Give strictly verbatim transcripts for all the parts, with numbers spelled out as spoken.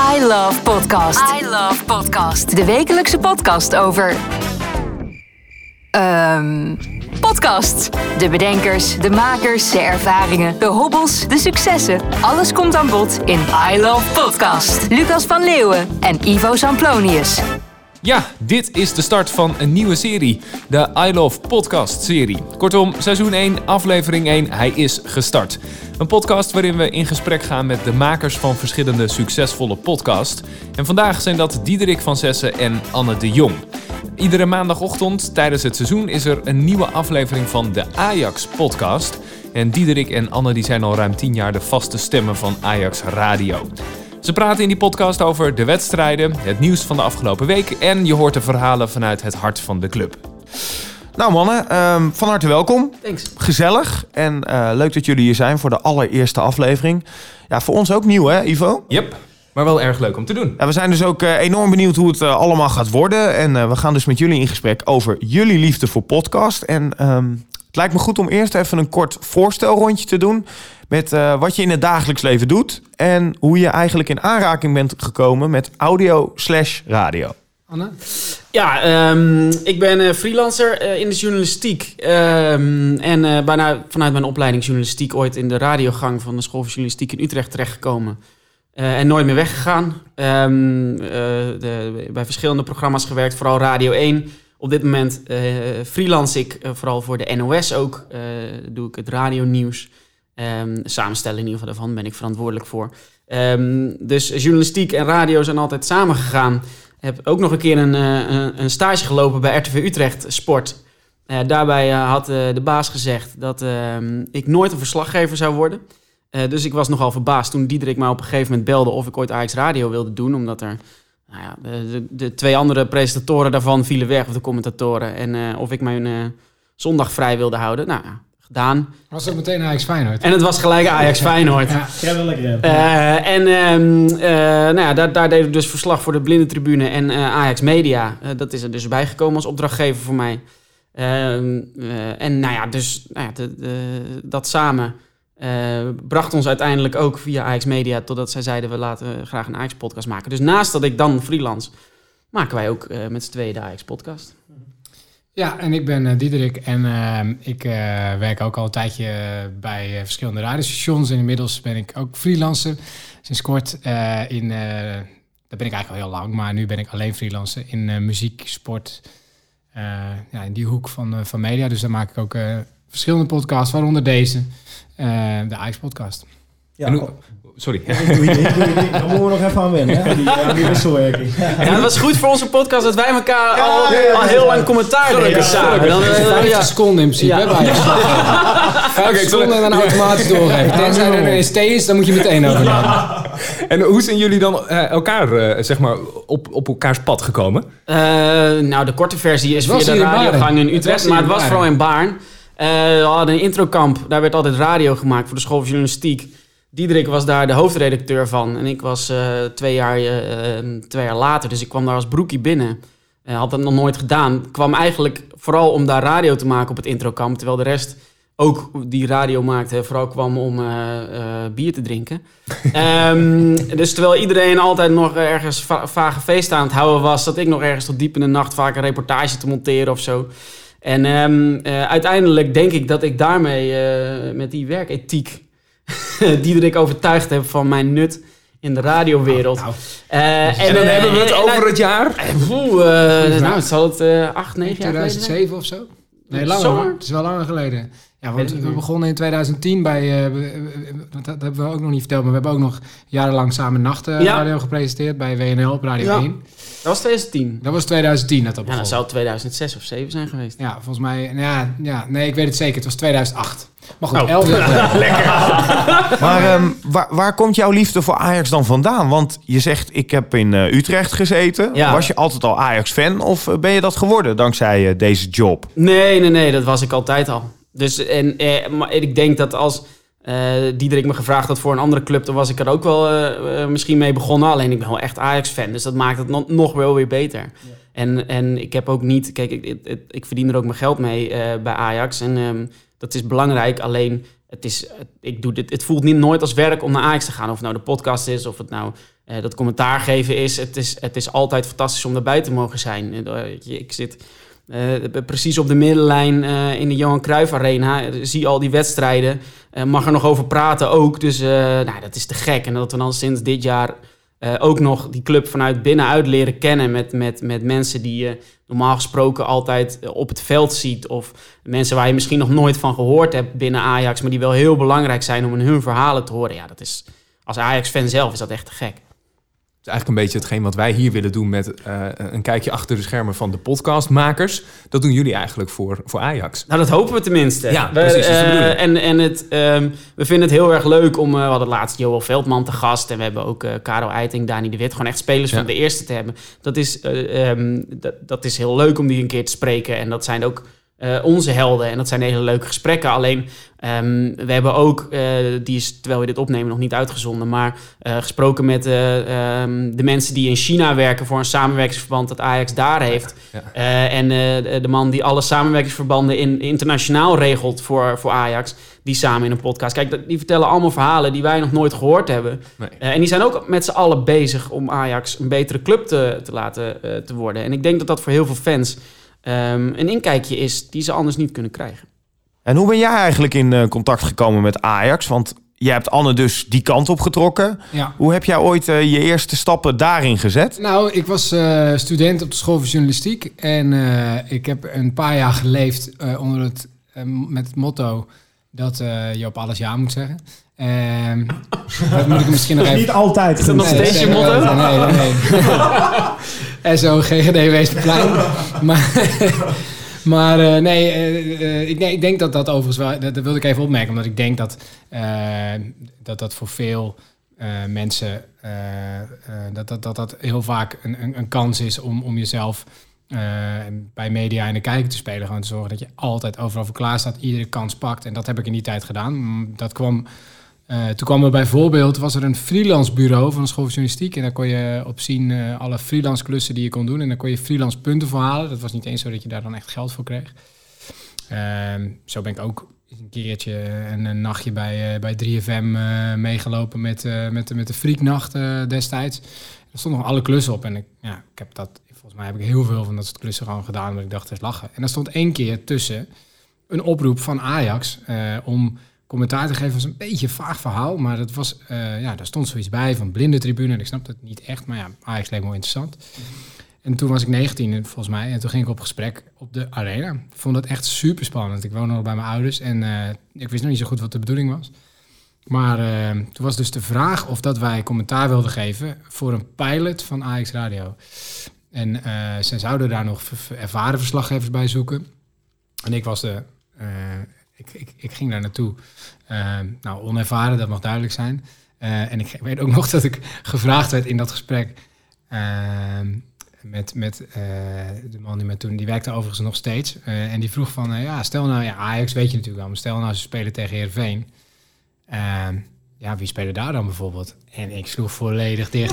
I Love Podcast. I Love Podcast. De wekelijkse podcast over... Um, podcasts. De bedenkers, de makers, de ervaringen, de hobbels, de successen. Alles komt aan bod in I Love Podcast. Lucas van Leeuwen en Ivo Samplonius. Ja, dit is de start van een nieuwe serie, de I Love Podcast serie. Kortom, seizoen één, aflevering één, hij is gestart. Een podcast waarin we in gesprek gaan met de makers van verschillende succesvolle podcasts. En vandaag zijn dat Diederik van Zessen en Anne de Jong. Iedere maandagochtend tijdens het seizoen is er een nieuwe aflevering van de Ajax podcast. En Diederik en Anne die zijn al ruim tien jaar de vaste stemmen van Ajax Radio. Ze praten in die podcast over de wedstrijden, het nieuws van de afgelopen week en je hoort de verhalen vanuit het hart van de club. Nou mannen, um, van harte welkom. Thanks. Gezellig en uh, leuk dat jullie hier zijn voor de allereerste aflevering. Ja, voor ons ook nieuw hè, Ivo? Yep, maar wel erg leuk om te doen. Ja, we zijn dus ook uh, enorm benieuwd hoe het uh, allemaal gaat worden. En uh, we gaan dus met jullie in gesprek over jullie liefde voor podcast. En um, het lijkt me goed om eerst even een kort voorstelrondje te doen met uh, wat je in het dagelijks leven doet en hoe je eigenlijk in aanraking bent gekomen met audio slash radio. Anne? Ja, um, ik ben uh, freelancer uh, in de journalistiek. Um, en uh, bijna vanuit mijn opleiding journalistiek ooit in de radiogang van de School van Journalistiek in Utrecht terechtgekomen. Uh, en nooit meer weggegaan. Um, uh, de, bij verschillende programma's gewerkt, vooral Radio één. Op dit moment uh, freelance ik uh, vooral voor de N O S ook. Uh, doe ik het radionieuws. Um, samenstellen in ieder geval daarvan ben ik verantwoordelijk voor. Um, dus journalistiek en radio zijn altijd samengegaan. Heb ook nog een keer een, een, een stage gelopen bij R T V Utrecht Sport. Uh, daarbij uh, had uh, de baas gezegd dat uh, ik nooit een verslaggever zou worden. Uh, dus ik was nogal verbaasd toen Diederik mij op een gegeven moment belde of ik ooit Ajax Radio wilde doen. Omdat er nou ja, de, de twee andere presentatoren daarvan vielen weg, of de commentatoren. En uh, of ik mijn uh, zondag vrij wilde houden. Nou gedaan. Was het meteen Ajax Feyenoord? En het was gelijk Ajax Feyenoord. Ja, ja, lekker. Uh, en um, uh, nou ja, daar, daar deed ik dus verslag voor de Blinde Tribune en uh, Ajax Media. Uh, dat is er dus bijgekomen als opdrachtgever voor mij. Uh, uh, en nou ja, dus nou ja, de, de, dat samen uh, bracht ons uiteindelijk ook via Ajax Media totdat zij zeiden we laten graag een Ajax podcast maken. Dus naast dat ik dan freelance, maken wij ook uh, met z'n tweeën de Ajax podcast. Ja, en ik ben uh, Diederik en uh, ik uh, werk ook al een tijdje uh, bij uh, verschillende radiostations. En inmiddels ben ik ook freelancer. Sinds kort uh, in, uh, dat ben ik eigenlijk al heel lang, maar nu ben ik alleen freelancer in uh, muziek, sport, uh, ja, in die hoek van, uh, van media. Dus daar maak ik ook uh, verschillende podcasts, waaronder deze, uh, de Ajax podcast. Ja, hoe, sorry. Ja, ik doe je niet, doe je niet. Dan moeten we nog even aan wennen, hè? Die, uh, die wisselwerking. Ja, het was goed voor onze podcast dat wij elkaar ja, al, ja, ja, al heel lang commentaar deden samen. Dan, uh, vijftig ja. seconden in principe, ja. Bij je. vijftig seconden en dan automatisch doorgeven. Tenzij er een S T is, dan moet je meteen overnemen. En hoe zijn jullie dan uh, elkaar, uh, zeg maar, op, op elkaars pad gekomen? Uh, nou, de korte versie is via de radiogang in Utrecht, maar het was vooral in Baarn. Uh, we hadden een introkamp, daar werd altijd radio gemaakt voor de School van Journalistiek. Diederik was daar de hoofdredacteur van en ik was uh, twee, jaar, uh, twee jaar later, dus ik kwam daar als broekie binnen. Uh, had dat nog nooit gedaan. Kwam eigenlijk vooral om daar radio te maken op het introkamp, terwijl de rest ook die radio maakte, vooral kwam om uh, uh, bier te drinken. um, dus terwijl iedereen altijd nog ergens va- vage feesten aan het houden was, zat ik nog ergens tot diep in de nacht vaak een reportage te monteren of zo. En um, uh, uiteindelijk denk ik dat ik daarmee uh, met die werkethiek Diederik overtuigd heb van mijn nut in de radiowereld. Nou, nou. Uh, en, en dan uh, hebben we het uh, over uh, het jaar? Oeh, uh, nou, het zal het uh, acht, negen jaar tweeduizend zeven of zo? Nee, langer hoor. Het is wel langer geleden. Ja, want we begonnen in tweeduizend tien bij... Uh, dat, dat hebben we ook nog niet verteld, maar we hebben ook nog jarenlang samen nachtradio ja. gepresenteerd bij W N L op Radio ja. één. Dat was twintig tien. Dat was twintig tien dat dat begon. Ja, dat zou tweeduizend zes of zeven zijn geweest. Ja, volgens mij... Ja, ja, nee, ik weet het zeker. Het was tweeduizend acht. Maar goed, oh. elf jaar. Lekker. Maar um, waar, waar komt jouw liefde voor Ajax dan vandaan? Want je zegt, ik heb in uh, Utrecht gezeten. Ja. Was je altijd al Ajax-fan of ben je dat geworden dankzij uh, deze job? Nee, nee, nee. Dat was ik altijd al. Dus en, eh, maar ik denk dat als uh, Diederik me gevraagd had voor een andere club, dan was ik er ook wel uh, uh, misschien mee begonnen. Alleen ik ben wel echt Ajax-fan, dus dat maakt het no- nog wel weer beter. Ja. En, en ik heb ook niet... Kijk, ik, ik, ik verdien er ook mijn geld mee uh, bij Ajax. En um, dat is belangrijk. Alleen, het, is, ik doe dit, het voelt niet nooit als werk om naar Ajax te gaan. Of het nou de podcast is, of het nou uh, dat commentaar geven is. Het, is. het is altijd fantastisch om erbij te mogen zijn. Uh, ik zit uh, precies op de middenlijn uh, in de Johan Cruijff Arena. Uh, zie al die wedstrijden. Uh, mag er nog over praten ook. Dus uh, nou, dat is te gek. En dat we dan sinds dit jaar uh, ook nog die club vanuit binnenuit leren kennen. Met, met, met mensen die je normaal gesproken altijd op het veld ziet. Of mensen waar je misschien nog nooit van gehoord hebt binnen Ajax. Maar die wel heel belangrijk zijn om in hun verhalen te horen. Ja, dat is, als Ajax-fan zelf is dat echt te gek. Het is eigenlijk een beetje hetgeen wat wij hier willen doen met uh, een kijkje achter de schermen van de podcastmakers. Dat doen jullie eigenlijk voor, voor Ajax. Nou, dat hopen we tenminste. Ja, we, precies. Uh, en en het, um, we vinden het heel erg leuk om... Uh, we hadden laatst Joel Veldman te gast. En we hebben ook uh, Karel Eiting, Dani de Wit. Gewoon echt spelers ja. van de eerste te hebben. Dat is, uh, um, dat, dat is heel leuk om die een keer te spreken. En dat zijn ook uh, onze helden. En dat zijn hele leuke gesprekken. Alleen, um, we hebben ook... Uh, die is, terwijl we dit opnemen, nog niet uitgezonden. Maar uh, gesproken met uh, um, de mensen die in China werken... voor een samenwerkingsverband dat Ajax daar heeft. Ja. Uh, en uh, de man die alle samenwerkingsverbanden in, internationaal regelt voor, voor Ajax... die samen in een podcast... Kijk, die vertellen allemaal verhalen die wij nog nooit gehoord hebben. Nee. Uh, en die zijn ook met z'n allen bezig om Ajax een betere club te, te laten uh, te worden. En ik denk dat dat voor heel veel fans... Um, een inkijkje is die ze anders niet kunnen krijgen. En hoe ben jij eigenlijk in uh, contact gekomen met Ajax? Want jij hebt Anne dus die kant op getrokken. Ja. Hoe heb jij ooit uh, je eerste stappen daarin gezet? Nou, ik was uh, student op de school voor journalistiek. En uh, ik heb een paar jaar geleefd uh, onder het, uh, met het motto dat uh, je op alles ja moet zeggen. Um, dat moet ik misschien nog even... Niet altijd. Is dat nog steeds je motto? Nee, nee, nee. S O G G D Weesterplein. Maar, maar uh, nee, uh, uh, ik, nee, ik denk dat dat overigens wel... Dat, dat wilde ik even opmerken, omdat ik denk dat uh, dat, dat voor veel uh, mensen... Uh, uh, dat, dat, dat dat heel vaak een, een, een kans is om, om jezelf... Uh, bij media en de kijker te spelen. Gewoon te zorgen dat je altijd overal voor klaar staat. Iedere kans pakt. En dat heb ik in die tijd gedaan. Dat kwam... Uh, toen kwam er bijvoorbeeld, was er een freelance bureau van de school van journalistiek. En daar kon je op zien uh, alle freelance klussen die je kon doen. En dan kon je freelance punten voor halen. Dat was niet eens zo dat je daar dan echt geld voor kreeg. Uh, zo ben ik ook een keertje een, een nachtje bij, uh, bij drie F M uh, meegelopen met, uh, met, met de Freaknacht uh, destijds. Er stonden nog alle klussen op. En ik, ja, ik heb dat, volgens mij heb ik heel veel van dat soort klussen gewoon gedaan. Omdat ik dacht, het is lachen. En er stond één keer tussen een oproep van Ajax uh, om... commentaar te geven. Was een beetje een vaag verhaal, maar dat was, uh, ja, daar stond zoiets bij van blindentribune. En ik snapte het niet echt, maar ja, Ajax leek me wel interessant. En toen was ik negentien, volgens mij, en toen ging ik op gesprek op de arena. Ik vond dat echt super spannend. Ik woonde nog bij mijn ouders en uh, ik wist nog niet zo goed wat de bedoeling was. Maar uh, toen was dus de vraag of dat wij commentaar wilden geven voor een pilot van Ajax Radio. En uh, zij zouden daar nog ervaren verslaggevers bij zoeken. En ik was de... Uh, Ik, ik, ik ging daar naartoe. Uh, nou, onervaren, dat mag duidelijk zijn. Uh, en ik weet ook nog dat ik gevraagd werd in dat gesprek... Uh, met, met uh, de man die me toen... Die werkte overigens nog steeds. Uh, en die vroeg van... Uh, ja, stel nou... Ja, Ajax weet je natuurlijk wel. Maar stel nou, ze spelen tegen Heerenveen. Uh, ja, wie spelen daar dan bijvoorbeeld? En ik sloeg volledig dicht.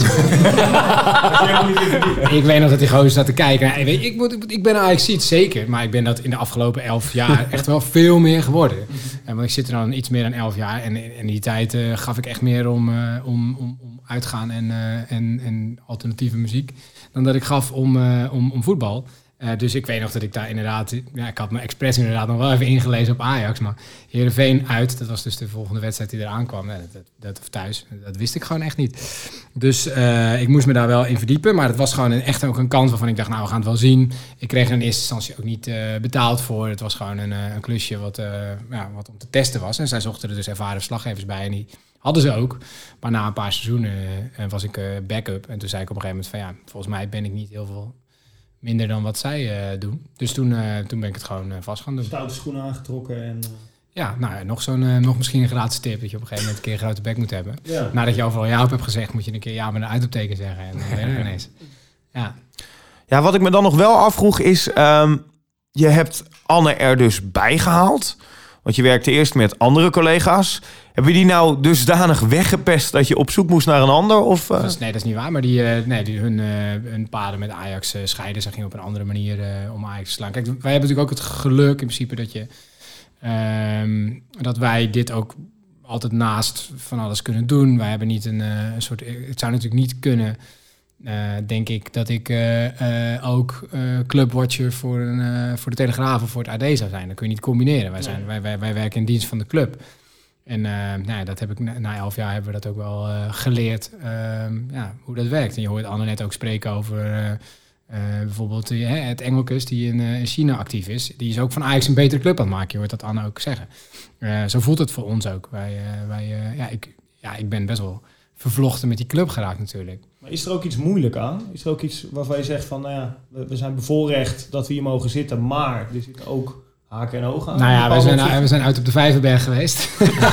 Ik weet nog dat die gozer zat te kijken. Nou, weet je, ik, moet, ik ben een Ajaxiet, zeker. Maar ik ben dat in de afgelopen elf jaar echt wel veel meer geworden. En want ik zit er dan iets meer dan elf jaar. En in die tijd uh, gaf ik echt meer om, uh, om, om, om uitgaan en, uh, en, en alternatieve muziek... dan dat ik gaf om, uh, om, om voetbal. Uh, dus ik weet nog dat ik daar inderdaad... Ja, ik had me expres inderdaad nog wel even ingelezen op Ajax. Maar Heerenveen uit, dat was dus de volgende wedstrijd die eraan kwam. Dat, dat, dat, of thuis, dat wist ik gewoon echt niet. Dus uh, ik moest me daar wel in verdiepen. Maar het was gewoon een, echt ook een kans waarvan ik dacht... nou, we gaan het wel zien. Ik kreeg er in eerste instantie ook niet uh, betaald voor. Het was gewoon een, uh, een klusje wat, uh, ja, wat om te testen was. En zij zochten er dus ervaren verslaggevers bij. En die hadden ze ook. Maar na een paar seizoenen uh, was ik uh, backup. En toen zei ik op een gegeven moment van... ja, volgens mij ben ik niet heel veel... minder dan wat zij uh, doen. Dus toen, uh, toen ben ik het gewoon uh, vast gaan doen. Stoute schoenen aangetrokken en... Uh... Ja, nou ja, nog zo'n, uh, nog misschien een gratis tip... dat je op een gegeven moment een keer een grote bek moet hebben. Ja. Nadat je overal ja op hebt gezegd... moet je een keer ja met een uitroepteken zeggen. En dan ben je ineens. Ja. Ja, wat ik me dan nog wel afvroeg is... Um, je hebt Anne er dus bij gehaald... want je werkte eerst met andere collega's... Hebben die nou dusdanig weggepest dat je op zoek moest naar een ander? Of, uh... dat is, nee, dat is niet waar. Maar die, uh, nee, die, hun, uh, hun paden met Ajax uh, scheiden. Ze gingen op een andere manier uh, om Ajax te slaan. Kijk, wij hebben natuurlijk ook het geluk in principe dat je... Um, dat wij dit ook altijd naast van alles kunnen doen. Wij hebben niet een, uh, een soort... Het zou natuurlijk niet kunnen, uh, denk ik, dat ik uh, uh, ook uh, clubwatcher voor, een, uh, voor de Telegraaf of voor het A D zou zijn. Dat kun je niet combineren. Wij, zijn, wij, wij, wij werken in dienst van de club. En uh, nou ja, dat heb ik na, na elf jaar hebben we dat ook wel uh, geleerd, uh, ja, hoe dat werkt. En je hoort Anne net ook spreken over... Uh, Uh, bijvoorbeeld uh, het Engelkes, die in, uh, in China actief is. Die is ook van Ajax een betere club aan het maken. Je hoort dat Anne ook zeggen. Uh, zo voelt het voor ons ook. Wij, uh, wij, uh, ja, ik, ja, ik ben best wel vervlochten met die club geraakt natuurlijk. Maar is er ook iets moeilijk aan? Is er ook iets waarvan je zegt van... nou ja, we, we zijn bevoorrecht dat we hier mogen zitten... maar er zitten ook haken en ogen aan? Nou ja, we zijn, uh, we zijn uit op de Vijverberg geweest.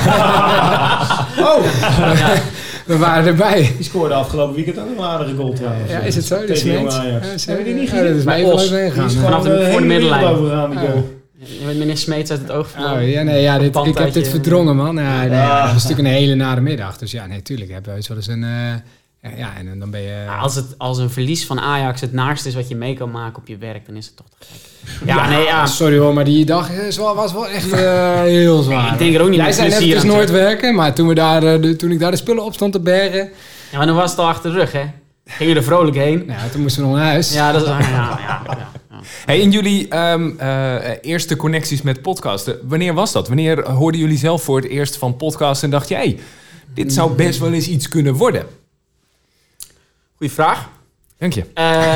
Oh! Ja. We waren erbij. Die scoorde afgelopen weekend ook een aardige goal trouwens. Ja, is het zo? Tegen jonge Ajax. Heb je die niet gezien? gezien? Dat is mij even langs heen gegaan. Vanaf de, voor de middenlijn. Overgaan, die goal. Je bent meneer Smeets uit het oog verloren. Oh, ja, nee, ja, dit, ik heb dit verdrongen, man. Ja, nee, ja, dat was natuurlijk een hele nare middag. Dus ja, nee, tuurlijk hebben we wel eens een... Uh, ja, en dan ben je... Ja, als, het, als een verlies van Ajax het naarste is wat je mee kan maken op je werk, dan is het toch te gek. Ja, ja, nee, ja. Sorry hoor, maar die dag was wel echt uh, heel zwaar. Nee, ik denk er ook niet Jij zei net, het is nooit werken, maar toen, we daar, uh, de, toen ik daar de spullen op stond te bergen... Ja, maar dan was het al achter de rug, hè? Gingen er vrolijk heen. Ja, toen moesten we nog naar huis. Ja, dat is... Ja, ja, ja, ja. Hey, en jullie um, uh, eerste connecties met podcasten, wanneer was dat? Wanneer hoorden jullie zelf voor het eerst van podcasten en dacht jij, dit zou best wel eens iets kunnen worden? Goeie vraag. Dank je.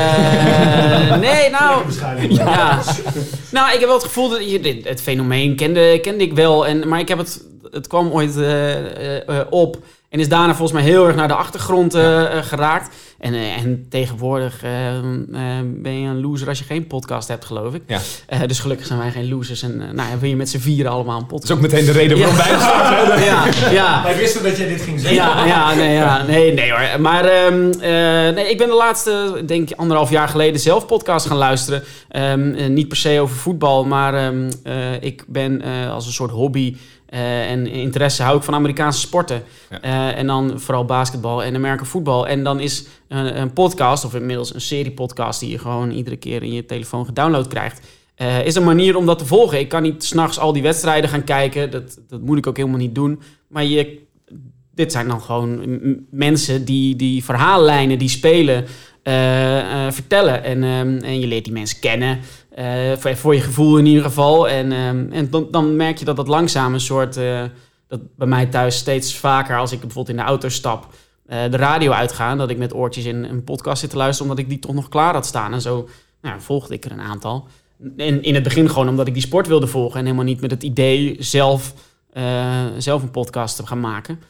Uh, nee, nou... Ja. Nou, ik heb wel het gevoel dat je, het fenomeen kende, kende ik wel. En, maar ik heb het... Het kwam ooit uh, uh, op en is daarna volgens mij heel erg naar de achtergrond uh, uh, geraakt. En, uh, en tegenwoordig uh, uh, ben je een loser als je geen podcast hebt, geloof ik. Ja. Uh, dus gelukkig zijn wij geen losers. En uh, nou ja, wil je met z'n vieren allemaal een podcast. Dat is ook meteen de reden waarom ja. wij het starten. Ja, ja. Wij wisten dat jij dit ging zeggen. Ja, ja, nee, ja, nee, nee hoor. Maar um, uh, nee, ik ben de laatste, denk ik, anderhalf jaar geleden zelf podcast gaan luisteren. Um, uh, niet per se over voetbal, maar um, uh, ik ben uh, als een soort hobby... Uh, en interesse hou ik van Amerikaanse sporten. Ja. Uh, en dan vooral basketbal en American voetbal. En dan is uh, een podcast, of inmiddels een serie podcast... die je gewoon iedere keer in je telefoon gedownload krijgt... Uh, is een manier om dat te volgen. Ik kan niet 's nachts al die wedstrijden gaan kijken. Dat, dat moet ik ook helemaal niet doen. Maar je, dit zijn dan gewoon m- mensen die, die verhaallijnen, die spelen... Uh, uh, vertellen. En, um, en je leert die mensen kennen... Uh, voor, voor je gevoel in ieder geval. En, um, en dan, dan merk je dat dat langzaam een soort... Uh, dat bij mij thuis steeds vaker... als ik bijvoorbeeld in de auto stap... Uh, de radio uitga... dat ik met oortjes in een podcast zit te luisteren... omdat ik die toch nog klaar had staan. En zo nou, volgde ik er een aantal. En in het begin gewoon omdat ik die sport wilde volgen... en helemaal niet met het idee zelf, uh, zelf een podcast te gaan maken.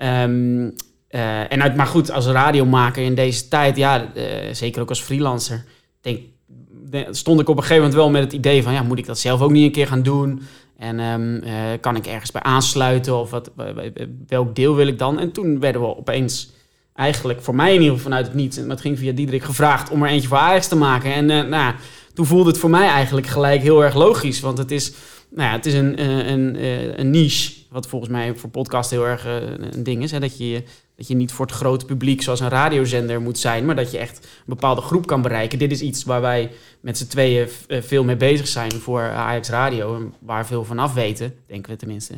Um, uh, en uit, maar goed, als radiomaker in deze tijd... ja, uh, zeker ook als freelancer... denk stond ik op een gegeven moment wel met het idee van... ja, moet ik dat zelf ook niet een keer gaan doen? En um, uh, kan ik ergens bij aansluiten? Of wat, welk deel wil ik dan? En toen werden we opeens, eigenlijk voor mij in ieder geval vanuit het niets... en het ging via Diederik gevraagd om er eentje voor Ajax te maken. En uh, nou, toen voelde het voor mij eigenlijk gelijk heel erg logisch. Want het is, nou ja, het is een, een, een, een niche... wat volgens mij voor podcast heel erg uh, een ding is. Hè? Dat je... Dat je niet voor het grote publiek zoals een radiozender moet zijn... maar dat je echt een bepaalde groep kan bereiken. Dit is iets waar wij met z'n tweeën veel mee bezig zijn voor Ajax Radio... en waar veel van af weten, denken we tenminste. Um,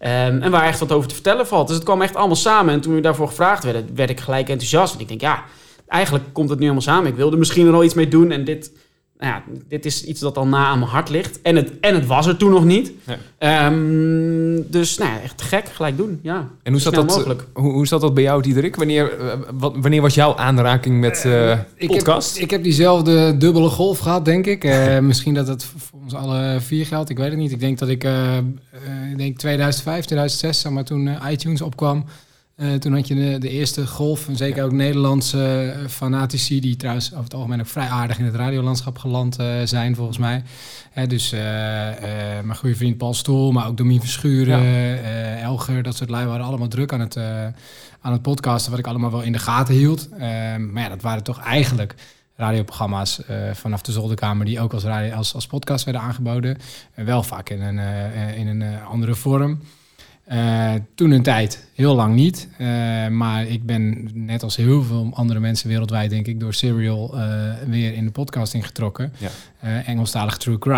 en waar echt wat over te vertellen valt. Dus het kwam echt allemaal samen. En toen we daarvoor gevraagd werden, werd ik gelijk enthousiast. Want ik denk, ja, eigenlijk komt het nu helemaal samen. Ik wilde misschien er al iets mee doen en dit... Nou ja, dit is iets dat al na aan mijn hart ligt. En het, en het was er toen nog niet. Ja. Um, dus nou ja, echt gek, gelijk doen. Ja, en hoe zat, dat, hoe, hoe zat dat bij jou, Diederik? Wanneer, uh, wat, wanneer was jouw aanraking met uh, ik podcast? Heb, ik heb diezelfde dubbele golf gehad, denk ik. Uh, misschien dat het voor ons alle vier geldt, ik weet het niet. Ik denk dat ik, uh, uh, ik denk tweeduizend vijf, tweeduizend zes, zeg maar, toen uh, iTunes opkwam... Uh, toen had je de, de eerste golf, en zeker ja. ook Nederlandse uh, fanatici... die trouwens over het algemeen ook vrij aardig in het radiolandschap geland uh, zijn, volgens mij. Hè, dus uh, uh, mijn goede vriend Paul Stoel, maar ook Domien Verschuren, ja. uh, Elger... dat soort lui waren allemaal druk aan het, uh, aan het podcasten... wat ik allemaal wel in de gaten hield. Uh, maar ja, dat waren toch eigenlijk radioprogramma's uh, vanaf de zolderkamer... die ook als, radio, als, als podcast werden aangeboden. Uh, wel vaak in een, uh, in een uh, andere vorm. Uh, toen een tijd heel lang niet. Uh, maar ik ben net als heel veel andere mensen wereldwijd, denk ik, door Serial uh, weer in de podcasting getrokken. Ja. Uh, Engelstalig True Crime.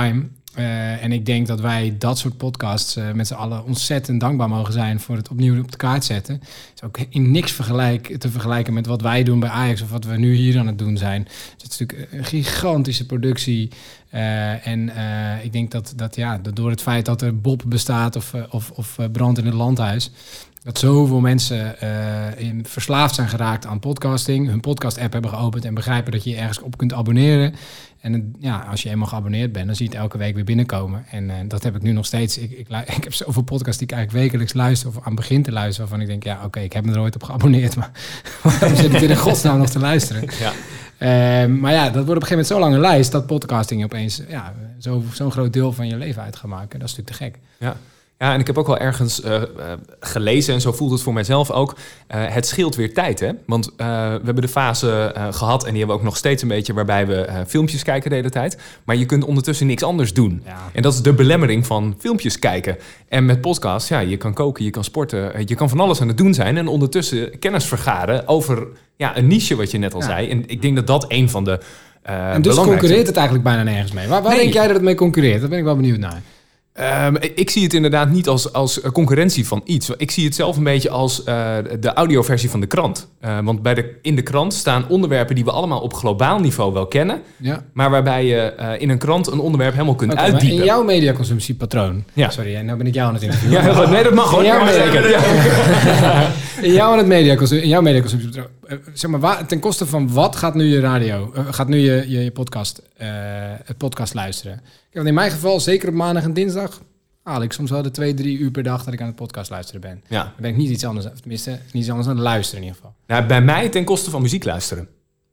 Uh, en ik denk dat wij dat soort podcasts uh, met z'n allen ontzettend dankbaar mogen zijn voor het opnieuw op de kaart zetten. Het is ook in niks vergelijk, te vergelijken met wat wij doen bij Ajax of wat we nu hier aan het doen zijn. Dus het is natuurlijk een gigantische productie. Uh, en uh, ik denk dat, dat, ja, dat door het feit dat er Bob bestaat of, uh, of, of uh, Brand in het Landhuis, dat zoveel mensen uh, in, verslaafd zijn geraakt aan podcasting, hun podcast-app hebben geopend en begrijpen dat je je ergens op kunt abonneren. En ja, als je eenmaal geabonneerd bent, dan zie je het elke week weer binnenkomen. En uh, dat heb ik nu nog steeds. Ik, ik, ik heb zoveel podcasts die ik eigenlijk wekelijks luister of aan begin te luisteren, waarvan ik denk, ja, oké, okay, ik heb me er ooit op geabonneerd, maar waarom zit ik er in godsnaam nog te luisteren? Ja. Uh, maar ja, dat wordt op een gegeven moment zo'n lange lijst dat podcasting opeens ja, zo, zo'n groot deel van je leven uit gaat maken. Dat is natuurlijk te gek. Ja. Ja, en ik heb ook wel ergens uh, uh, gelezen, en zo voelt het voor mijzelf ook, uh, het scheelt weer tijd, hè? Want uh, we hebben de fase uh, gehad, en die hebben we ook nog steeds een beetje, waarbij we uh, filmpjes kijken de hele tijd. Maar je kunt ondertussen niks anders doen. Ja. En dat is de belemmering van filmpjes kijken. En met podcasts, ja, je kan koken, je kan sporten, je kan van alles aan het doen zijn. En ondertussen kennis vergaren over ja, een niche, wat je net al ja. zei. En ik denk dat dat een van de uh, En dus concurreert het eigenlijk bijna nergens mee. Waar, waar nee. denk jij dat het mee concurreert? Daar ben ik wel benieuwd naar. Um, ik zie het inderdaad niet als, als concurrentie van iets. Ik zie het zelf een beetje als uh, de audioversie van de krant. Uh, want bij de, in de krant staan onderwerpen die we allemaal op globaal niveau wel kennen. Ja. Maar waarbij je uh, in een krant een onderwerp helemaal kunt okay, uitdiepen. In jouw mediaconsumptiepatroon. Ja. Sorry, nou ben ik jou aan het interviewen. Ja, maar, nee, dat mag hoor. In jouw mediaconsumptiepatroon. in jouw mediaconsum, in jouw mediaconsumptiepatroon. Uh, zeg maar, waar, ten koste van wat gaat nu je radio, uh, gaat nu je, je, je podcast, uh, het podcast luisteren? Want in mijn geval, zeker op maandag en dinsdag, haal ik soms wel de twee, drie uur per dag dat ik aan het podcast luisteren ben. Ja. Dan ben ik niet iets anders, of tenminste, niet iets anders aan het luisteren in ieder geval. Nou, bij mij ten koste van muziek luisteren.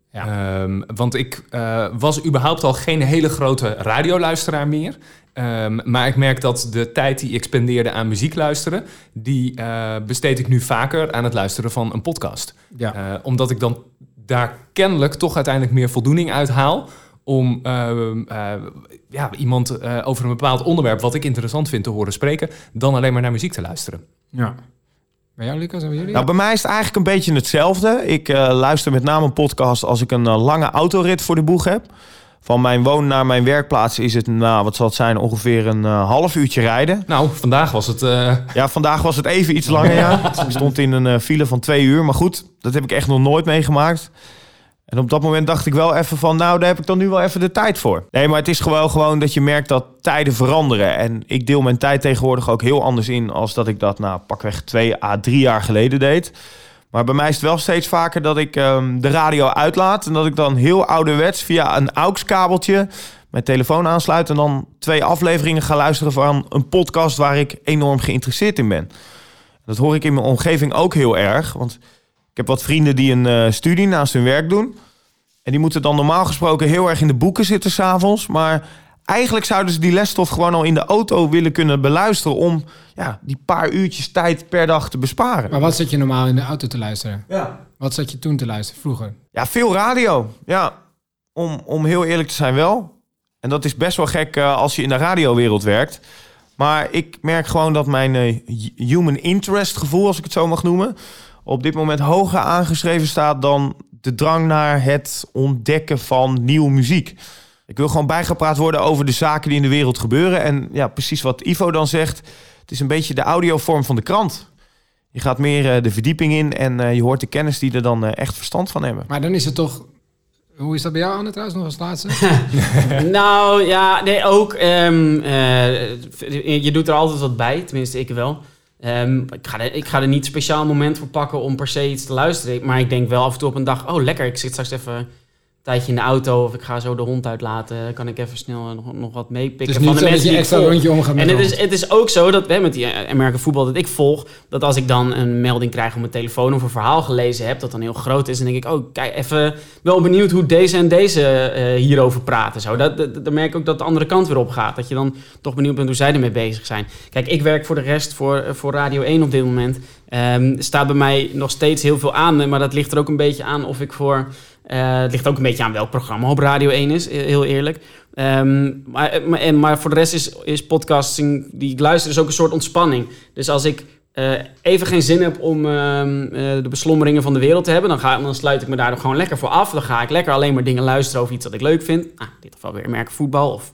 Ja. Um, want ik uh, was überhaupt al geen hele grote radioluisteraar meer. Um, maar ik merk dat de tijd die ik spendeerde aan muziek luisteren, die uh, besteed ik nu vaker aan het luisteren van een podcast. Ja. Uh, omdat ik dan daar kennelijk toch uiteindelijk meer voldoening uit haal om uh, uh, ja, iemand uh, over een bepaald onderwerp wat ik interessant vind te horen spreken, dan alleen maar naar muziek te luisteren. Ja. Bij jou, Lucas, en bij jullie? Nou, bij mij is het eigenlijk een beetje hetzelfde. Ik uh, luister met name een podcast als ik een uh, lange autorit voor de boeg heb. Van mijn woon naar mijn werkplaats is het, nou, wat zal het zijn, ongeveer een uh, half uurtje rijden. Nou, vandaag was het... Uh... Ja, vandaag was het even iets langer, ja. Ik stond in een uh, file van twee uur, maar goed, dat heb ik echt nog nooit meegemaakt. En op dat moment dacht ik wel even van, nou, daar heb ik dan nu wel even de tijd voor. Nee, maar het is gewoon, gewoon dat je merkt dat tijden veranderen. En ik deel mijn tijd tegenwoordig ook heel anders in als dat ik dat, nou, pakweg twee à drie jaar geleden deed. Maar bij mij is het wel steeds vaker dat ik um, de radio uitlaat en dat ik dan heel ouderwets via een A U X-kabeltje mijn telefoon aansluit en dan twee afleveringen ga luisteren van een podcast waar ik enorm geïnteresseerd in ben. Dat hoor ik in mijn omgeving ook heel erg, want ik heb wat vrienden die een uh, studie naast hun werk doen. En die moeten dan normaal gesproken heel erg in de boeken zitten 's avonds. Maar eigenlijk zouden ze die lesstof gewoon al in de auto willen kunnen beluisteren om ja, die paar uurtjes tijd per dag te besparen. Maar wat zat je normaal in de auto te luisteren? Ja. Wat zat je toen te luisteren, vroeger? Ja, veel radio. Ja, om, om heel eerlijk te zijn wel. En dat is best wel gek uh, als je in de radiowereld werkt. Maar ik merk gewoon dat mijn uh, human interest gevoel, als ik het zo mag noemen, op dit moment hoger aangeschreven staat dan de drang naar het ontdekken van nieuwe muziek. Ik wil gewoon bijgepraat worden over de zaken die in de wereld gebeuren. En ja, precies wat Ivo dan zegt, het is een beetje de audiovorm van de krant. Je gaat meer uh, de verdieping in en uh, je hoort de kennis die er dan uh, echt verstand van hebben. Maar dan is het toch... Hoe is dat bij jou, Anne, trouwens, nog als laatste? nou, ja, nee, ook. Um, uh, je doet er altijd wat bij, tenminste ik wel. Um, ik, ga er, ik ga er niet een speciaal moment voor pakken om per se iets te luisteren. Maar ik denk wel af en toe op een dag, oh lekker, ik zit straks even een tijdje in de auto of ik ga zo de hond uitlaten. Kan ik even snel nog, nog wat meepikken van de mensen die extra rondje omgaan met En het is, het is ook zo dat hè, met die American voetbal dat ik volg, dat als ik dan een melding krijg op mijn telefoon of een verhaal gelezen heb, dat dan heel groot is, dan denk ik, oh kijk, even wel benieuwd hoe deze en deze uh, hierover praten. Zo. Dat, dat, dan merk ik ook dat de andere kant weer opgaat. Dat je dan toch benieuwd bent hoe zij ermee bezig zijn. Kijk, ik werk voor de rest voor, voor Radio één op dit moment. Um, staat bij mij nog steeds heel veel aan, maar dat ligt er ook een beetje aan of ik voor... Uh, het ligt ook een beetje aan welk programma op Radio één is, heel eerlijk. Um, maar, maar, en, maar voor de rest is, is podcasting die ik luister is ook een soort ontspanning. Dus als ik uh, even geen zin heb om uh, uh, de beslommeringen van de wereld te hebben, dan, ga, dan sluit ik me daar gewoon lekker voor af. Dan ga ik lekker alleen maar dingen luisteren over iets dat ik leuk vind. Ah, in dit geval weer merken voetbal of,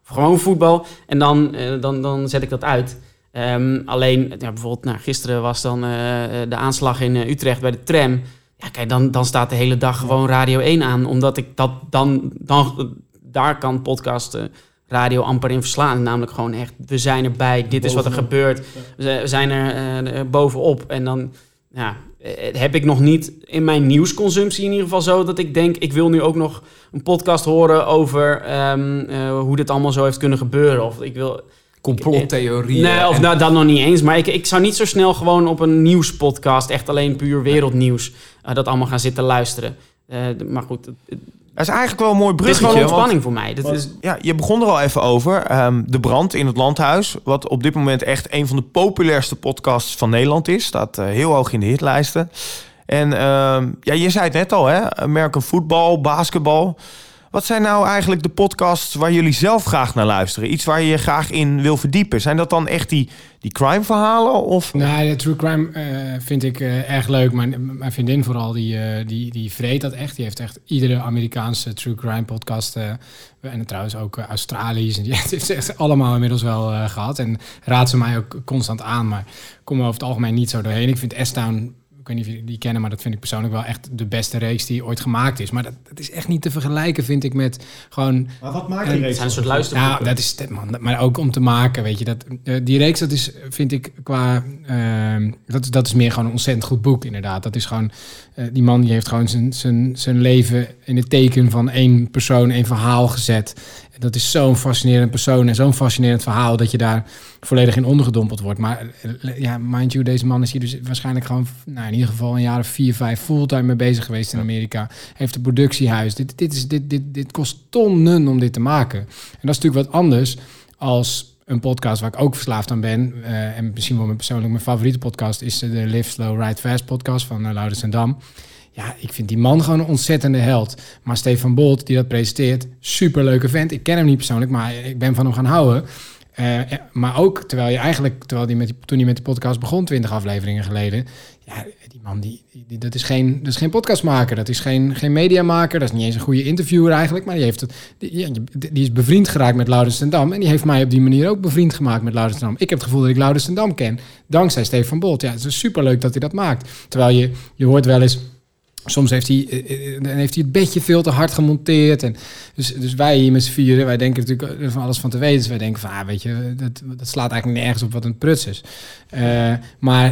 gewoon voetbal. En dan, uh, dan, dan zet ik dat uit. Um, alleen, ja, bijvoorbeeld, nou, gisteren was dan uh, de aanslag in uh, Utrecht bij de tram. Ja, kijk, dan, dan staat de hele dag gewoon Radio één aan. Omdat ik dat dan... dan daar kan podcast uh, radio amper in verslaan. Namelijk gewoon echt, we zijn erbij. Dit is wat er gebeurt. We zijn er uh, bovenop. En dan ja, heb ik nog niet in mijn nieuwsconsumptie in ieder geval zo... dat ik denk, ik wil nu ook nog een podcast horen over um, uh, hoe dit allemaal zo heeft kunnen gebeuren. Of ik wil... Complottheorieën. Nee, of en... nou, dat nog niet eens. Maar ik, ik zou niet zo snel gewoon op een nieuwspodcast... echt alleen puur wereldnieuws... Uh, dat allemaal gaan zitten luisteren. Uh, maar goed... Uh, Dat is eigenlijk wel een mooi Het is bruggetje. gewoon ontspanning want, voor mij. Dat want, is... ja, je begon er al even over. Um, de brand in het landhuis. Wat op dit moment echt een van de populairste podcasts van Nederland is. Staat uh, heel hoog in de hitlijsten. En um, ja, je zei het net al, hè? Merken voetbal, basketbal. Wat zijn nou eigenlijk de podcasts waar jullie zelf graag naar luisteren? Iets waar je je graag in wil verdiepen. Zijn dat dan echt die, die crime-verhalen? Of? Nou, de true crime uh, vind ik uh, erg leuk. Mijn, mijn vriendin vooral, die, uh, die, die vreet dat echt. Die heeft echt iedere Amerikaanse true crime podcast... Uh, en trouwens ook uh, Australisch. En die heeft echt allemaal inmiddels wel uh, gehad. En raadt ze mij ook constant aan. Maar ik kom er over het algemeen niet zo doorheen. Ik vind S-Town... Ik weet niet of jullie die kennen, maar dat vind ik persoonlijk wel echt de beste reeks die ooit gemaakt is. Maar dat, dat is echt niet te vergelijken, vind ik, met gewoon... Maar wat maakt die reeks? Het zijn een soort luisterboeken. Ja, dat is man, maar ook om te maken, weet je. Dat, uh, die reeks, dat is, vind ik, qua... Uh, dat, dat is meer gewoon een ontzettend goed boek, inderdaad. Dat is gewoon... Uh, die man die heeft gewoon zijn, zijn, zijn leven in het teken van één persoon, één verhaal gezet. Dat is zo'n fascinerend persoon en zo'n fascinerend verhaal... dat je daar volledig in ondergedompeld wordt. Maar ja, mind you, deze man is hier dus waarschijnlijk gewoon... Nou, in ieder geval een jaar of vier, vijf fulltime mee bezig geweest in Amerika. Heeft een productiehuis. Dit, dit, is, dit, dit, dit kost tonnen om dit te maken. En dat is natuurlijk wat anders als een podcast waar ik ook verslaafd aan ben. Uh, en misschien wel mijn persoonlijk mijn favoriete podcast... is de Live Slow, Ride Fast podcast van uh, Laurens en Dam. Ja, ik vind die man gewoon een ontzettende held. Maar Stefan Bolt, die dat presenteert, superleuke vent. Ik ken hem niet persoonlijk, maar ik ben van hem gaan houden. Uh, maar ook terwijl je eigenlijk, terwijl die met die, toen hij met die podcast begon, twintig afleveringen geleden. Ja, die man, die, die, dat, is geen, dat is geen podcastmaker, dat is geen, geen mediamaker, dat is niet eens een goede interviewer eigenlijk. Maar die, heeft het, die, ja, die is bevriend geraakt met Laurens ten Dam. En die heeft mij op die manier ook bevriend gemaamaakt met Laurens ten Dam. Ik heb het gevoel dat ik Laurens ten Dam ken, dankzij Stefan Bolt. Ja, het is superleuk dat hij dat maakt. Terwijl je, je hoort wel eens... Soms heeft hij, uh, heeft hij het bedje veel te hard gemonteerd. En dus, dus wij hier met z'n vieren, wij denken natuurlijk van alles van te weten. Dus wij denken van, ah, weet je, dat, dat slaat eigenlijk nergens op wat een pruts is. Uh, maar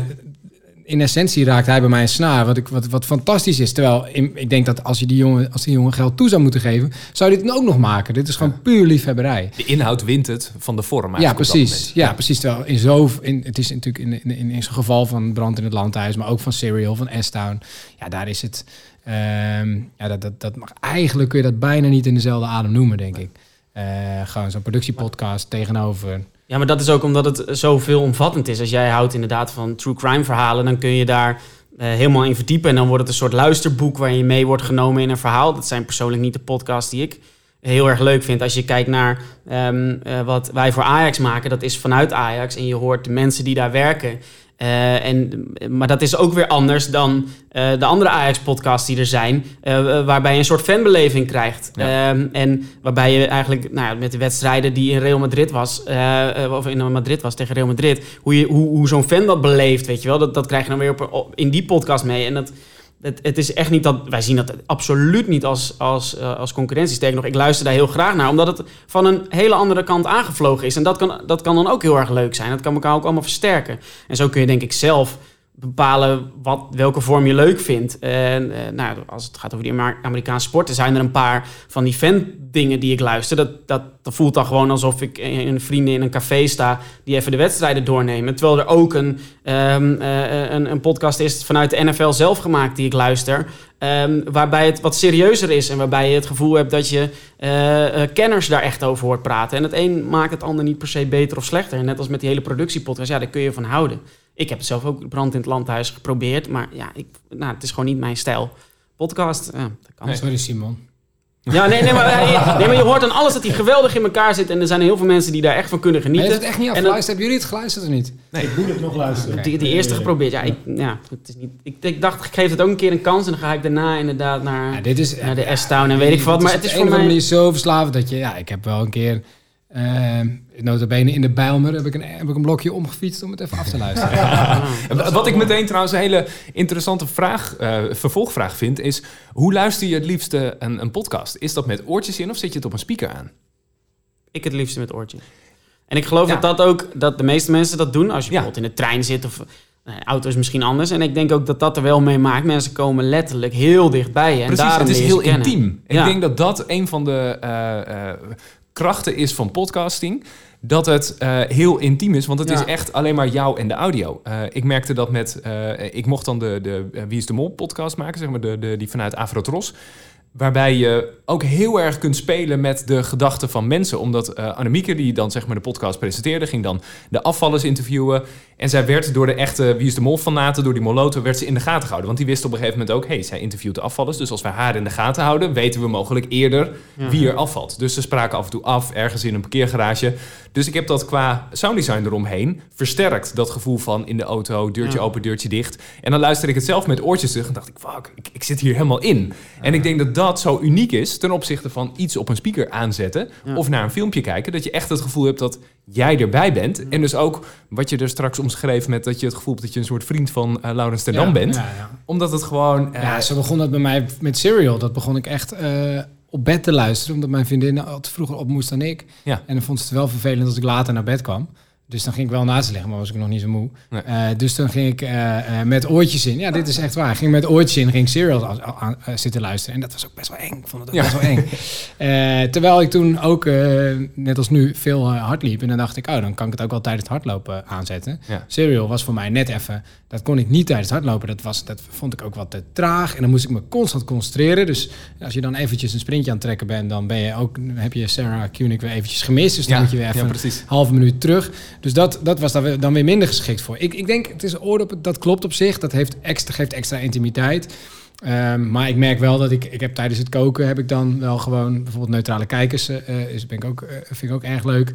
in essentie raakt hij bij mij een snaar, wat, ik, wat, wat fantastisch is. Terwijl in, ik denk dat als je die jongen, als die jongen geld toe zou moeten geven, zou hij dit dan ook nog maken. Dit is gewoon puur liefhebberij. De inhoud wint het van de vorm. Ja, precies. Ja, precies. Terwijl in zo, in, het is natuurlijk in, in, in, in zo'n geval van brand in het landhuis, maar ook van Serial, van S-Town. Ja, daar is het. Um, ja, dat, dat, dat mag, eigenlijk kun je dat bijna niet in dezelfde adem noemen, denk ik. Uh, gewoon zo'n productiepodcast tegenover. Ja, maar dat is ook omdat het zo veelomvattend is. Als jij houdt inderdaad van true crime verhalen, dan kun je daar uh, helemaal in verdiepen. En dan wordt het een soort luisterboek waarin je mee wordt genomen in een verhaal. Dat zijn persoonlijk niet de podcasts die ik heel erg leuk vind. Als je kijkt naar um, uh, wat wij voor Ajax maken, dat is vanuit Ajax. En je hoort de mensen die daar werken. Uh, en, maar dat is ook weer anders dan uh, de andere Ajax-podcasts die er zijn, uh, waarbij je een soort fanbeleving krijgt. Ja. Um, en waarbij je eigenlijk nou ja, met de wedstrijden die in Real Madrid was, uh, of in Madrid was tegen Real Madrid, hoe, je, hoe, hoe zo'n fan dat beleeft, weet je wel, dat, dat krijg je dan weer op, op, in die podcast mee. En dat, het, het is echt niet dat, wij zien dat absoluut niet als, als, uh, als concurrentie. Sterker nog, ik luister daar heel graag naar, omdat het van een hele andere kant aangevlogen is. En dat kan, dat kan dan ook heel erg leuk zijn. Dat kan elkaar ook allemaal versterken. En zo kun je denk ik zelf bepalen wat, welke vorm je leuk vindt. En uh, nou, als het gaat over die Amerikaanse sporten, zijn er een paar van die fan-dingen die ik luister. Dat, dat, dat voelt dan gewoon alsof ik een vrienden in een café sta die even de wedstrijden doornemen. Terwijl er ook een, um, uh, een, een podcast is vanuit de N F L zelf gemaakt die ik luister. Um, waarbij het wat serieuzer is en waarbij je het gevoel hebt dat je uh, uh, kenners daar echt over hoort praten. En het een maakt het ander niet per se beter of slechter. Net als met die hele productiepodcast, ja, daar kun je van houden. Ik heb het zelf ook brand in het landhuis geprobeerd, maar ja, ik, nou, het is gewoon niet mijn stijl. Podcast, ja, dat kan. Nee, sorry Simon. Ja, nee, nee, maar, nee, maar je hoort aan alles dat die geweldig in elkaar zit en er zijn heel veel mensen die daar echt van kunnen genieten. Maar je hebt het echt niet afgeluisterd. Hebben jullie het geluisterd of niet? Nee, ik moet het nog luisteren. Die, die eerste geprobeerd, ja, ik, ja het is niet, ik, ik dacht, ik geef het ook een keer een kans en dan ga ik daarna inderdaad naar, ja, dit is, naar de S-Town en weet ik wat. Maar het is voor mij... manier zo verslavend dat je, ja, ik heb wel een keer... Uh, nota bene in de Bijlmer heb ik, een, heb ik een blokje omgefietst om het even af te luisteren. Ja. Ja. Wat ik meteen trouwens een hele interessante vraag, uh, vervolgvraag vind, is hoe luister je het liefste een, een podcast? Is dat met oortjes in of zet je het op een speaker aan? Ik het liefste met oortjes. En ik geloof Ja. dat dat ook, dat de meeste mensen dat doen. Als je Ja. bijvoorbeeld in de trein zit of uh, auto is misschien anders. En ik denk ook dat dat er wel mee maakt. Mensen komen letterlijk heel dichtbij je. En Precies, daarom het is leer je heel ze kennen. intiem. Ja. Ik denk dat dat een van de uh, uh, krachten is van podcasting. Dat het uh, heel intiem is, want het Ja. is echt alleen maar jou en de audio. Uh, ik merkte dat met... Uh, ik mocht dan de, de uh, Wie is de Mol podcast maken, zeg maar, de, de, die vanuit Afrotros. Waarbij je ook heel erg kunt spelen met de gedachten van mensen. Omdat uh, Annemieke, die dan zeg maar de podcast presenteerde, ging dan de afvallers interviewen. En zij werd door de echte Wie is de Mol fanaten, door die Moloto, werd ze in de gaten gehouden. Want die wist op een gegeven moment ook, hey, zij interviewt de afvallers. Dus als wij haar in de gaten houden, weten we mogelijk eerder Ja. wie er afvalt. Dus ze spraken af en toe af, ergens in een parkeergarage. Dus ik heb dat qua sounddesign eromheen versterkt. Dat gevoel van in de auto, deurtje Ja. open, deurtje dicht. En dan luisterde ik het zelf met oortjes terug en dacht ik, fuck, ik, ik zit hier helemaal in. En ik denk dat dat zo uniek is ten opzichte van iets op een speaker aanzetten Ja. of naar een filmpje kijken. Dat je echt het gevoel hebt dat jij erbij bent. En dus ook wat je er straks omschreef met dat je het gevoel hebt dat je een soort vriend van uh, Laurens ten Dam Ja, bent. Ja, ja. Omdat het gewoon... Uh, Ja, zo begon dat bij mij met Serial. Dat begon ik echt uh, op bed te luisteren, omdat mijn vriendin wat vroeger op moest dan ik. Ja. En dan vond ze het wel vervelend als ik later naar bed kwam. Dus dan ging ik wel naast liggen, maar was ik nog niet zo moe. Nee. Uh, dus dan ging ik uh, uh, met oortjes in. Ja, dit is echt waar. Ik ging met oortjes in, ging Serial aan, aan, uh, zitten luisteren. En dat was ook best wel eng. Ik vond het ook Ja. best wel eng. Uh, terwijl ik toen ook, uh, net als nu, veel uh, hard liep. En dan dacht ik, oh, dan kan ik het ook wel tijdens het hardlopen aanzetten. Ja. Serial was voor mij net even... Dat kon ik niet tijdens het hardlopen. Dat, was, dat vond ik ook wat te traag. En dan moest ik me constant concentreren. Dus als je dan eventjes een sprintje aan het trekken bent... dan ben je ook, heb je Sarah Koenig weer eventjes gemist. Dus dan Ja, moet je weer even ja, een precies. halve minuut terug. Dus dat, dat was dan weer, dan weer minder geschikt voor. Ik, ik denk, het is oordeel, dat klopt op zich. Dat heeft extra, geeft extra intimiteit. Um, maar ik merk wel dat ik, ik heb tijdens het koken heb ik dan wel gewoon bijvoorbeeld neutrale kijkers. Uh, is, ben ik ook, uh, vind ik ook erg leuk.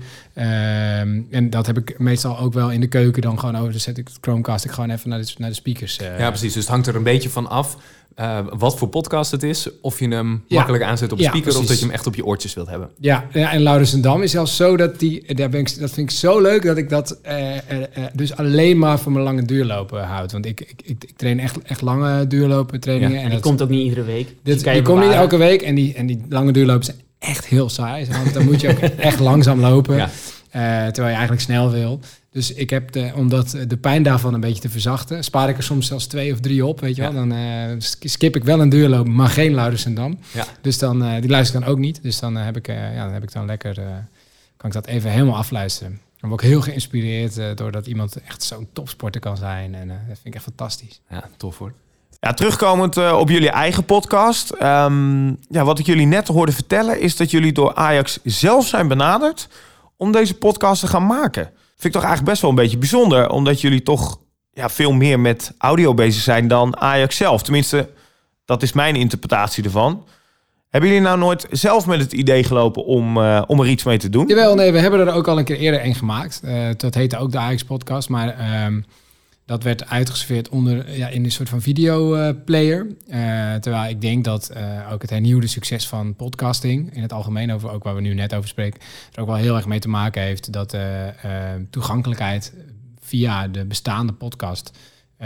Um, en dat heb ik meestal ook wel in de keuken dan gewoon over. Dan zet ik het Chromecast ik gewoon even naar de, naar de speakers. Uh, Ja, precies. Dus het hangt er een beetje van af uh, wat voor podcast het is. Of je hem Ja. makkelijk aanzet op een Ja, speaker of precies. dat je hem echt op je oortjes wilt hebben. Ja, ja, en Laurens en Dam is zelfs zo dat die, daar ben ik, dat vind ik zo leuk dat ik dat uh, uh, uh, dus alleen maar voor mijn lange duurlopen houd. Want ik, ik, ik, ik train echt, echt lange duurlopen trainingen. Ja, en En die dat, komt ook niet iedere week. Dus dit, die kan die je komt niet bewaren. elke week en die, en die lange duurlopen zijn echt heel saai. Want dan moet je ook echt langzaam lopen, Ja. uh, terwijl je eigenlijk snel wil. Dus ik heb, de, om dat, de pijn daarvan een beetje te verzachten, spaar ik er soms zelfs twee of drie op, weet je wel. Ja. Dan uh, skip ik wel een duurloop, maar geen Laurens en Dam. Ja. Dus dan, uh, die luister ik dan ook niet. Dus dan, uh, heb, ik, uh, ja, dan heb ik dan lekker, uh, kan ik dat even helemaal afluisteren. Dan word ik heel geïnspireerd uh, doordat iemand echt zo'n topsporter kan zijn. En uh, dat vind ik echt fantastisch. Ja, tof hoor. Ja, terugkomend uh, op jullie eigen podcast. Um, ja, wat ik jullie net hoorde vertellen is dat jullie door Ajax zelf zijn benaderd om deze podcast te gaan maken. Vind ik toch eigenlijk best wel een beetje bijzonder, omdat jullie toch ja, veel meer met audio bezig zijn dan Ajax zelf. Tenminste, dat is mijn interpretatie ervan. Hebben jullie nou nooit zelf met het idee gelopen om, uh, om er iets mee te doen? Jawel, nee, we hebben er ook al een keer eerder een gemaakt. Uh, dat heette ook de Ajax-podcast, maar um, dat werd uitgeserveerd onder, ja, in een soort van videoplayer. Uh, terwijl ik denk dat uh, ook het hernieuwde succes van podcasting, in het algemeen, over, ook waar we nu net over spreken, er ook wel heel erg mee te maken heeft dat uh, uh, toegankelijkheid via de bestaande podcast uh,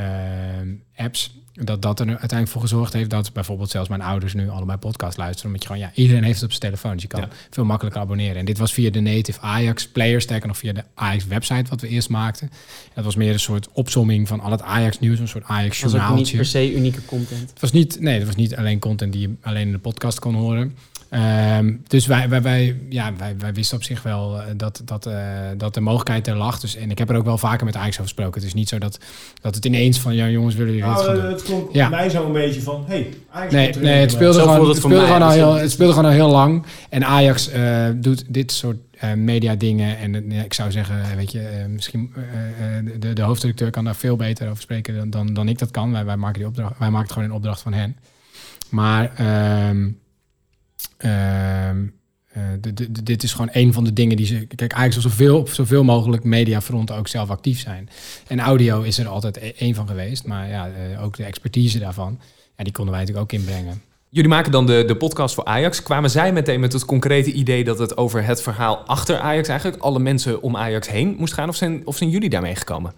apps, dat dat er uiteindelijk voor gezorgd heeft dat bijvoorbeeld zelfs mijn ouders nu allebei podcast luisteren. Omdat je gewoon, ja, iedereen heeft het op zijn telefoon. Dus je kan Ja. veel makkelijker abonneren. En dit was via de native Ajax player, sterker nog via de Ajax website wat we eerst maakten. En dat was meer een soort opsomming van al het Ajax nieuws, een soort Ajax Dat was ook niet journaaltje. per se unieke content. Het was niet, nee, dat was niet alleen content die je alleen in de podcast kon horen. Um, dus wij, wij, wij, ja, wij, wij wisten op zich wel uh, dat, dat, uh, dat de mogelijkheid er lag. Dus, en ik heb er ook wel vaker met Ajax over gesproken. Het is niet zo dat, dat het ineens van, ja jongens, willen jullie dit gaan Nou, doen? het klonk Ja. mij zo een beetje van, hey, Ajax Nee, komt er nee, in. het speelde, Zo gewoon, voelt het, het voor speelde mij. gewoon al Dus heel, het- het speelde gewoon al heel lang. En Ajax uh, doet dit soort uh, media dingen. En uh, ja, ik zou zeggen, weet je, uh, misschien uh, uh, de, de hoofdredacteur kan daar veel beter over spreken dan, dan, dan ik dat kan. Wij, wij, maken die opdracht, wij maken het gewoon in opdracht van hen. Maar um, um, uh, de, de, de, dit is gewoon een van de dingen die ze... Kijk, Ajax wil zoveel, op zoveel mogelijk mediafronten ook zelf actief zijn. En audio is er altijd één van geweest. Maar ja, uh, ook de expertise daarvan, ja, die konden wij natuurlijk ook inbrengen. jullie maken dan de, de podcast voor Ajax. Kwamen zij meteen met het concrete idee dat het over het verhaal achter Ajax eigenlijk, alle mensen om Ajax heen moest gaan? Of zijn, of zijn jullie daarmee gekomen?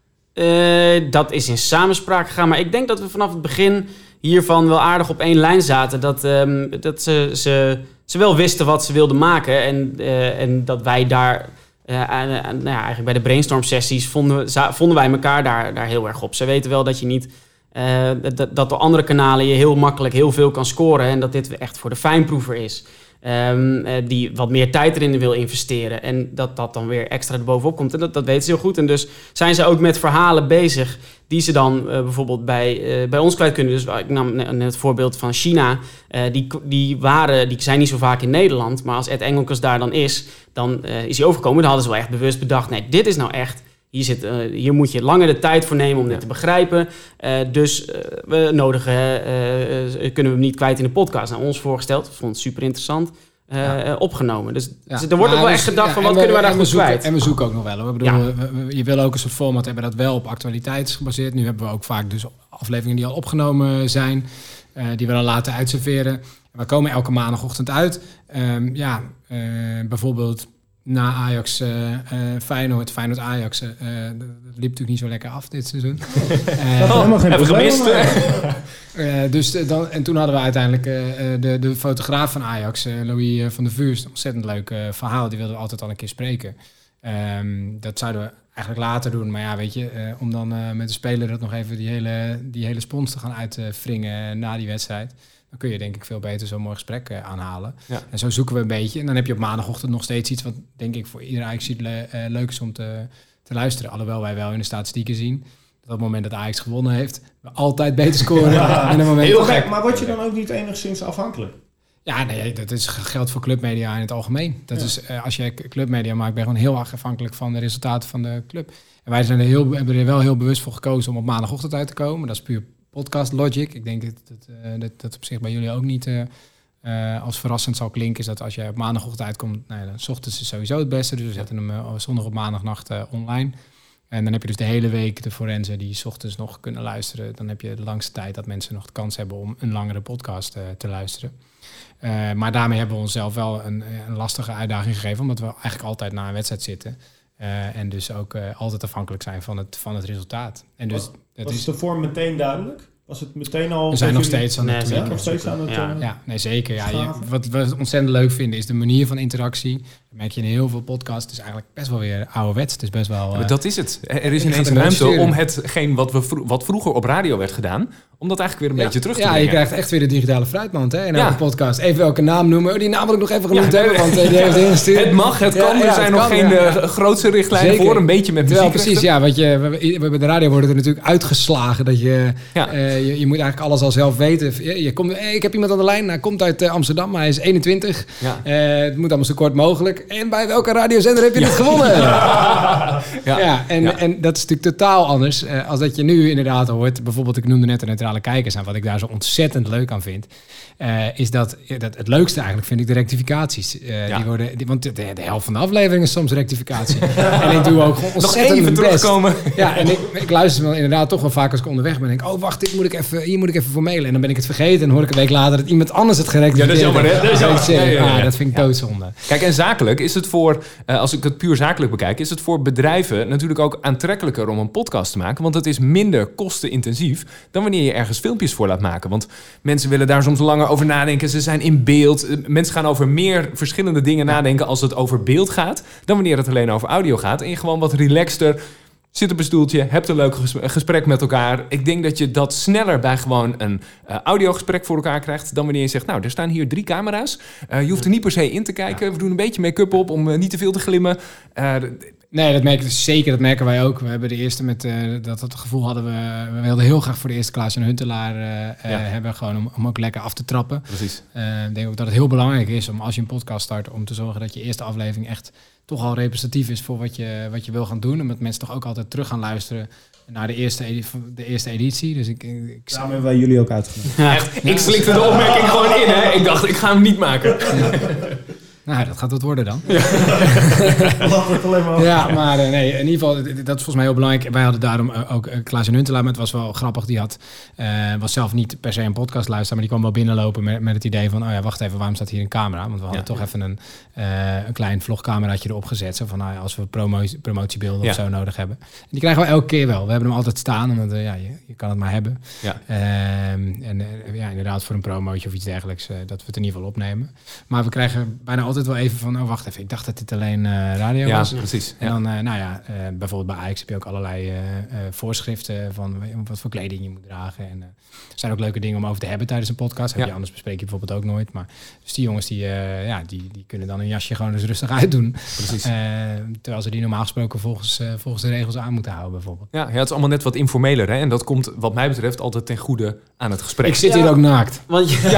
Uh, dat is in samenspraak gegaan. Maar ik denk dat we vanaf het begin hiervan wel aardig op één lijn zaten. Dat, um, dat ze, ze, ze wel wisten wat ze wilden maken. En, uh, en dat wij daar... Uh, aan, aan, nou ja, eigenlijk bij de brainstorm sessies vonden, za, vonden wij elkaar daar, daar heel erg op. Ze weten wel dat je niet... Uh, dat, dat door andere kanalen je heel makkelijk heel veel kan scoren. En dat dit echt voor de fijnproever is. Um, uh, die wat meer tijd erin wil investeren. En dat dat dan weer extra erbovenop komt. En dat, dat weten ze heel goed. En dus zijn ze ook met verhalen bezig die ze dan uh, bijvoorbeeld bij, uh, bij ons kwijt kunnen. Dus ik nam net het voorbeeld van China. Uh, die, die, waren, die zijn niet zo vaak in Nederland. Maar als Ed Engelkes daar dan is, dan uh, is hij overgekomen. Dan hadden ze wel echt bewust bedacht, nee, dit is nou echt... Hier, zit, uh, hier moet je langer de tijd voor nemen om dit ja. te begrijpen. Uh, dus uh, we nodigen, uh, uh, kunnen we hem niet kwijt in de podcast. Nou, ons voorgesteld, vond het super interessant, uh, ja. uh, opgenomen. Dus, ja. dus er wordt ook wel echt gedacht ja, van wat we, kunnen we daar goed zoeken, kwijt. En we zoeken ook nog wel. Hoor. Ik bedoel, ja. we, we, je wil ook een soort format hebben dat wel op actualiteit is gebaseerd. Nu hebben we ook vaak dus afleveringen die al opgenomen zijn, uh, die we dan laten uitserveren. We komen elke maandagochtend uit. Um, ja, uh, bijvoorbeeld... Na Ajax, uh, uh, Feyenoord, Feyenoord Ajax, uh, dat liep natuurlijk niet zo lekker af dit seizoen. uh, oh, helemaal geen probleem. uh, dus uh, dan, en toen hadden we uiteindelijk uh, de, de fotograaf van Ajax, uh, Louis uh, van der Vuurst, een ontzettend leuk uh, verhaal. Die wilden we altijd al een keer spreken. Um, dat zouden we eigenlijk later doen. Maar ja, weet je, uh, om dan uh, met de speler dat nog even die hele, die hele spons te gaan uitwringen uh, na die wedstrijd. Dan kun je denk ik veel beter zo'n mooi gesprek uh, aanhalen. Ja. En zo zoeken we een beetje. En dan heb je op maandagochtend nog steeds iets wat denk ik voor iedereen eigenlijk le- uh, leuk is om te, te luisteren. Alhoewel wij wel in de statistieken zien dat op het moment dat Ajax gewonnen heeft, we altijd beter scoren. Ja, in een moment heel gek. Maar word je dan ook niet enigszins afhankelijk? Ja, nee, dat is geldt voor clubmedia in het algemeen. Dat ja. is, uh, als je clubmedia maakt, ben je gewoon heel erg afhankelijk van de resultaten van de club. En wij zijn er heel, hebben er wel heel bewust voor gekozen om op maandagochtend uit te komen. Dat is puur podcast logic. Ik denk dat dat, uh, dat dat op zich bij jullie ook niet uh, uh, als verrassend zal klinken. Is dat als je op maandagochtend uitkomt, nou ja, dan 's ochtends is sowieso het beste. Dus we zetten hem uh, zondag op maandagnacht uh, online. En dan heb je dus de hele week de forensen die 's ochtends nog kunnen luisteren. Dan heb je de langste tijd dat mensen nog de kans hebben om een langere podcast uh, te luisteren. Uh, maar daarmee hebben we onszelf wel een, een lastige uitdaging gegeven, omdat we eigenlijk altijd na een wedstrijd zitten. Uh, en dus ook uh, altijd afhankelijk zijn van het, van het resultaat. En dus, was het was de vorm meteen duidelijk? Was het meteen al... We zijn nog steeds aan nee, het zeker. ja, nog steeds aan het... Ja, ja nee, zeker. Ja, je, wat we ontzettend leuk vinden is de manier van interactie. Dat merk je in heel veel podcasts. Het is eigenlijk best wel weer ouderwets. Het is best wel... Uh, ja, dat is het. Er is ineens een ruimte om hetgeen wat, we vro- wat vroeger op radio werd gedaan, om dat eigenlijk weer een ja, beetje terug te ja, brengen. Ja, je krijgt echt weer de digitale fruitmand hè, in ja. elke podcast. Even welke naam noemen. Oh, die naam wil ik nog even genoemd ja, hebben, want uh, die heeft ingestuurd. Het mag, het kan. Ja, ja, er zijn nog kan, geen ja, ja. grootste richtlijnen voor. Een beetje met muziek. Ja, precies. Ja, want je, we, bij de radio wordt er natuurlijk uitgeslagen dat je, ja. uh, je... Je moet eigenlijk alles al zelf weten. Je, je komt, hey, ik heb iemand aan de lijn. Hij komt uit uh, Amsterdam, maar hij is eenentwintig. Ja. Uh, het moet allemaal zo kort mogelijk. En bij welke radiozender heb je ja. dit gewonnen? Ja, ja. ja, en, ja. en dat is natuurlijk totaal anders. Uh, als dat je nu inderdaad hoort. Bijvoorbeeld, ik noemde net de neutrale kijkers aan. Wat ik daar zo ontzettend leuk aan vind. Uh, is dat, dat het leukste eigenlijk vind ik de rectificaties. Uh, ja. die worden, die, want de, de helft van de aflevering is soms rectificatie. En ik doe ook gewoon ontzettend mijn best. Terugkomen. Ja, en ik, ik luister wel inderdaad toch wel vaak als ik onderweg ben. Denk oh wacht, dit moet ik even, hier moet ik even voor mailen. En dan ben ik het vergeten. En dan hoor ik een week later dat iemand anders het gerectificeerd heeft. Ja, dat is jammer, hè? Dat, is jammer. Ja, ja, ja, ja. Ah, dat vind ik doodzonde. Kijk, en zakelijk is het voor, uh, als ik het puur zakelijk bekijk, is het voor bedrijven natuurlijk ook aantrekkelijker om een podcast te maken. Want het is minder kostenintensief dan wanneer je ergens filmpjes voor laat maken. Want mensen willen daar soms langer over nadenken. Ze zijn in beeld. Mensen gaan over meer verschillende dingen nadenken als het over beeld gaat, dan wanneer het alleen over audio gaat. En je gewoon wat relaxter zit op een stoeltje, hebt een leuk gesprek met elkaar. Ik denk dat je dat sneller bij gewoon een uh, audiogesprek voor elkaar krijgt dan wanneer je zegt, nou, er staan hier drie camera's. Uh, je hoeft er niet per se in te kijken. Ja. We doen een beetje make-up op om uh, niet te veel te glimmen. Uh, Nee, dat merken we zeker. Dat merken wij ook. We hebben de eerste met uh, dat, dat gevoel hadden we. We wilden heel graag voor de eerste Klaas en Huntelaar uh, ja. uh, hebben, gewoon om, om ook lekker af te trappen. Precies. Uh, ik denk ook dat het heel belangrijk is om als je een podcast start, om te zorgen dat je eerste aflevering echt toch al representatief is voor wat je, wat je wil gaan doen. Omdat mensen toch ook altijd terug gaan luisteren naar de eerste, edi- de eerste editie. Dus ik, ik, ik Daarom hebben wij jullie ook uitgenodigd. Ja. Echt, ik slikte de opmerking gewoon in. Hè. Ik dacht, ik ga hem niet maken. Ja. Nou, dat gaat wat worden dan. Laten we het alleen maar Ja, maar uh, nee, in ieder geval, dat is volgens mij heel belangrijk. Wij hadden daarom uh, ook uh, Klaas en Huntelaar, maar het was wel grappig. Die had, uh, was zelf niet per se een podcast luisteren, maar die kwam wel binnenlopen met, met het idee van, oh ja, wacht even, waarom staat hier een camera? Want we hadden Ja. toch even een, uh, een klein vlogcameraatje erop gezet. Zo van, nou ja, als we promo- promotiebeelden Ja. of zo nodig hebben. En die krijgen we elke keer wel. We hebben hem altijd staan, omdat uh, ja, je, je kan het maar hebben. Ja. Um, en uh, ja, inderdaad voor een promootje of iets dergelijks, uh, dat we het in ieder geval opnemen. Maar we krijgen bijna altijd wel even van, oh wacht even, ik dacht dat dit alleen uh, radio Ja, was. precies. En Ja. dan, uh, nou ja, uh, bijvoorbeeld bij Ajax heb je ook allerlei uh, uh, voorschriften van wat voor kleding je moet dragen. En uh, er zijn ook leuke dingen om over te hebben tijdens een podcast. Heb Ja. je anders bespreek je bijvoorbeeld ook nooit. Maar dus die jongens die, uh, ja, die, die kunnen dan een jasje gewoon eens rustig uitdoen. Precies. Uh, terwijl ze die normaal gesproken volgens, uh, volgens de regels aan moeten houden bijvoorbeeld. Ja, ja, het is allemaal net wat informeler. Hè? En dat komt wat mij betreft altijd ten goede aan het gesprek. Ik zit Ja. hier ook naakt. Want je,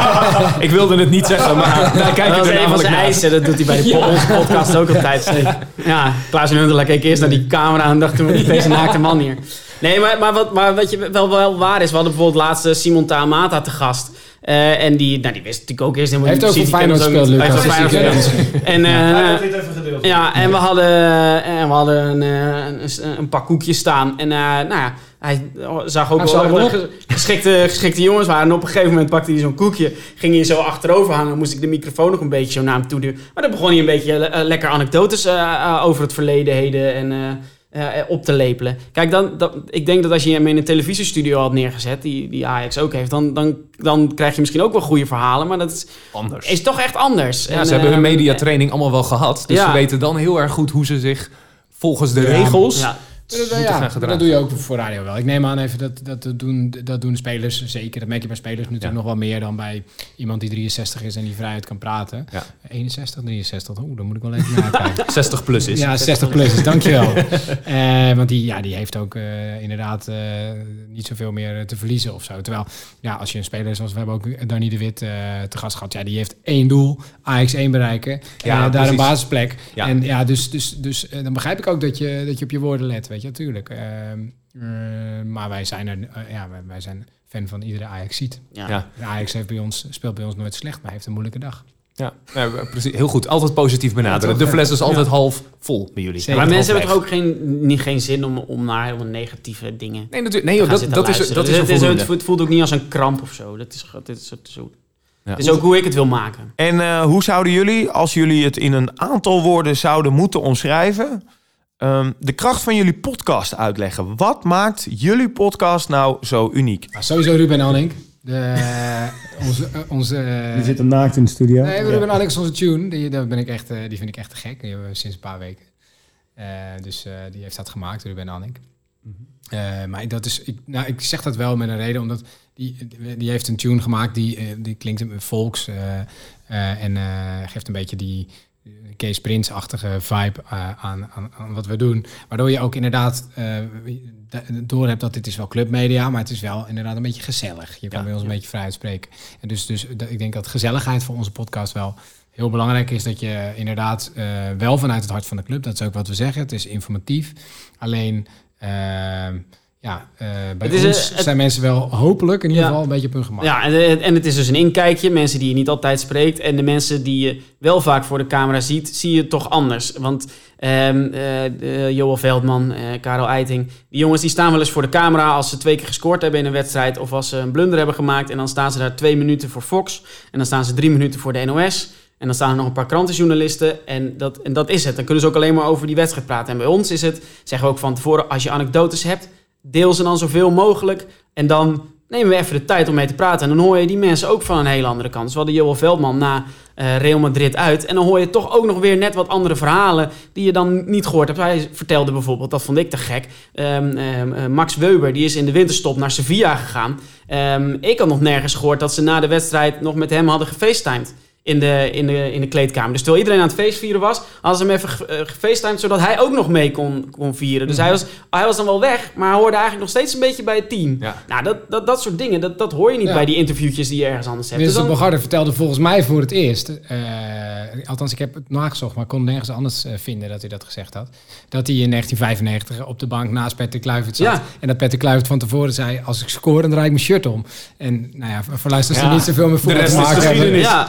Ik wilde het niet zeggen, maar daar kijk dat je is er een van namelijk zijn naar. eisen. Dat doet hij bij de po- onze podcast ook altijd. Ja, Klaas en Huntelaar keek eerst naar die camera en dacht toen, deze naakte man hier. Nee, maar, maar, wat, maar wat je wel, wel waar is, we hadden bijvoorbeeld laatst uh, Simon Taamata te gast. Uh, en die, nou, die wist natuurlijk ook eerst helemaal Hij heeft ook niet voor precies. Feyenoord Die kent gespeeld, ons ook niet. Hij heeft Lucas. voor Feyenoord gespeeld. En, uh, Hij heeft dit even gedeeld. ja, en we hadden, en we hadden een, uh, een, een pak koekjes staan. En uh, nou ja, hij zag ook Hij wel zag wel dat er geschikte, geschikte jongens waren. En op een gegeven moment pakte hij zo'n koekje. Ging hij zo achterover hangen. Moest ik de microfoon nog een beetje zo naar hem toe duwen. Maar dan begon hij een beetje uh, lekker anekdotes uh, uh, over het verleden, heden en... Uh, Uh, op te lepelen. Kijk, dan, dan, ik denk dat als je hem in een televisiestudio had neergezet, die, die Ajax ook heeft, dan, dan, dan krijg je misschien ook wel goede verhalen, maar dat is, Anders. is toch echt anders. Ja, En, ze hebben hun uh, mediatraining allemaal wel gehad. Dus ja. ze weten dan heel erg goed hoe ze zich volgens de Ja. regels Ja. Dat, moeten ja, gaan maar gedragen. dat doe je ook voor radio wel. Ik neem aan even dat dat, dat, doen, dat doen spelers zeker. Dat merk je bij spelers natuurlijk Ja. nog wel meer dan bij iemand die drieënzestig is en die vrijheid kan praten. Ja. eenenzestig, drieënzestig, oeh, dan moet ik wel even nakijken. zestig plus is. Ja, zestig plus is, dankjewel. uh, want die, ja, die heeft ook uh, inderdaad uh, niet zoveel meer te verliezen of zo. Terwijl, ja, als je een speler zoals we hebben ook Danny de Wit uh, te gast gehad, ja, die heeft één doel, Ajax één bereiken. Ja, uh, daar precies. een basisplek. Ja. En ja, dus, dus, dus uh, dan begrijp ik ook dat je, dat je op je woorden let, weet je, natuurlijk. Uh, uh, maar wij zijn, er, uh, ja, wij, wij zijn fan van iedere Ajax-ziet. Ja. Ja. Ajax heeft bij ons, speelt bij ons nooit slecht, maar heeft een moeilijke dag. Ja, ja, precies. Heel goed. Altijd positief benaderen. Ja, de toch? fles is altijd half vol bij jullie. Zeker. Maar Half mensen hebben leeg. toch ook geen, niet, geen zin om, om naar helemaal negatieve dingen Nee, natuurlijk. Nee, te joh, gaan dat, zitten dat is, luisteren. dat is het, een is, voldoende. het, het voelt ook niet als een kramp of zo. Dat is, dat is, dat is, zo. Ja. Het is ook hoe ik het wil maken. En uh, hoe zouden jullie, als jullie het in een aantal woorden zouden moeten omschrijven, um, de kracht van jullie podcast uitleggen? Wat maakt jullie podcast nou zo uniek? Nou, sowieso Ruben Anning. De, uh, onze, uh, onze, uh, Die zit er naakt in de studio. Nee, Ruben Anning is onze tune. Die, daar ben ik echt, uh, die vind ik echt te gek. Die hebben we sinds een paar weken. Uh, dus uh, die heeft dat gemaakt, Ruben Anning. Uh, maar dat is, ik, nou, ik zeg dat wel met een reden, omdat die, die heeft een tune gemaakt die, uh, die klinkt volks uh, uh, en uh, geeft een beetje die Kees Prins-achtige vibe uh, aan, aan, aan wat we doen. Waardoor je ook inderdaad uh, door hebt dat dit is wel clubmedia, maar het is wel inderdaad een beetje gezellig. Je kan Ja, bij ons ja. een beetje vrij uitspreken. En dus, dus dat, ik denk dat gezelligheid voor onze podcast wel heel belangrijk is. Dat je inderdaad uh, wel vanuit het hart van de club, dat is ook wat we zeggen. Het is informatief. Alleen... Uh, ja, uh, bij Het is, ons uh, het- zijn mensen wel hopelijk in ieder Ja. geval een beetje op hun gemak. Ja, en, en het is dus een inkijkje. Mensen die je niet altijd spreekt. En de mensen die je wel vaak voor de camera ziet, zie je toch anders. Want um, uh, Joel Veldman, uh, Karel Eiting, die jongens die staan wel eens voor de camera als ze twee keer gescoord hebben in een wedstrijd. Of als ze een blunder hebben gemaakt. En dan staan ze daar twee minuten voor Fox. En dan staan ze drie minuten voor de N O S. En dan staan er nog een paar krantenjournalisten. En dat, en dat is het. Dan kunnen ze ook alleen maar over die wedstrijd praten. En bij ons is het, zeggen we ook van tevoren, als je anekdotes hebt, deel ze dan zoveel mogelijk. En dan nemen we even de tijd om mee te praten. En dan hoor je die mensen ook van een hele andere kant. Dus we hadden Joel Veldman na uh, Real Madrid uit. En dan hoor je toch ook nog weer net wat andere verhalen die je dan niet gehoord hebt. Hij vertelde bijvoorbeeld, dat vond ik te gek. Um, um, uh, Max Weber, die is in de winterstop naar Sevilla gegaan. Um, ik had nog nergens gehoord dat ze na de wedstrijd nog met hem hadden gefacetimed. In de, in, de, in de kleedkamer. Dus terwijl iedereen aan het feestvieren was, hadden ze hem even ge- uh, gefacetimed, zodat hij ook nog mee kon, kon vieren. Dus hij, was, hij was dan wel weg, maar hij hoorde eigenlijk nog steeds een beetje bij het team. Ja. Nou, dat, dat, dat soort dingen, dat, dat hoor je niet Ja. bij die interviewtjes die je ergens anders hebt. Dus Winston dan, Bogarde vertelde volgens mij voor het eerst, uh, althans ik heb het nagezocht, maar kon nergens anders uh, vinden dat hij dat gezegd had, dat hij in negentien vijfennegentig op de bank naast Patrick Kluivert zat. Ja. En dat Patrick Kluivert van tevoren zei, als ik score dan draai ik mijn shirt om. En nou ja, voor luisteraars die Ja. niet zoveel met De voetbal rest te is maken hebben. geschiedenis. Ja. Dat deed hij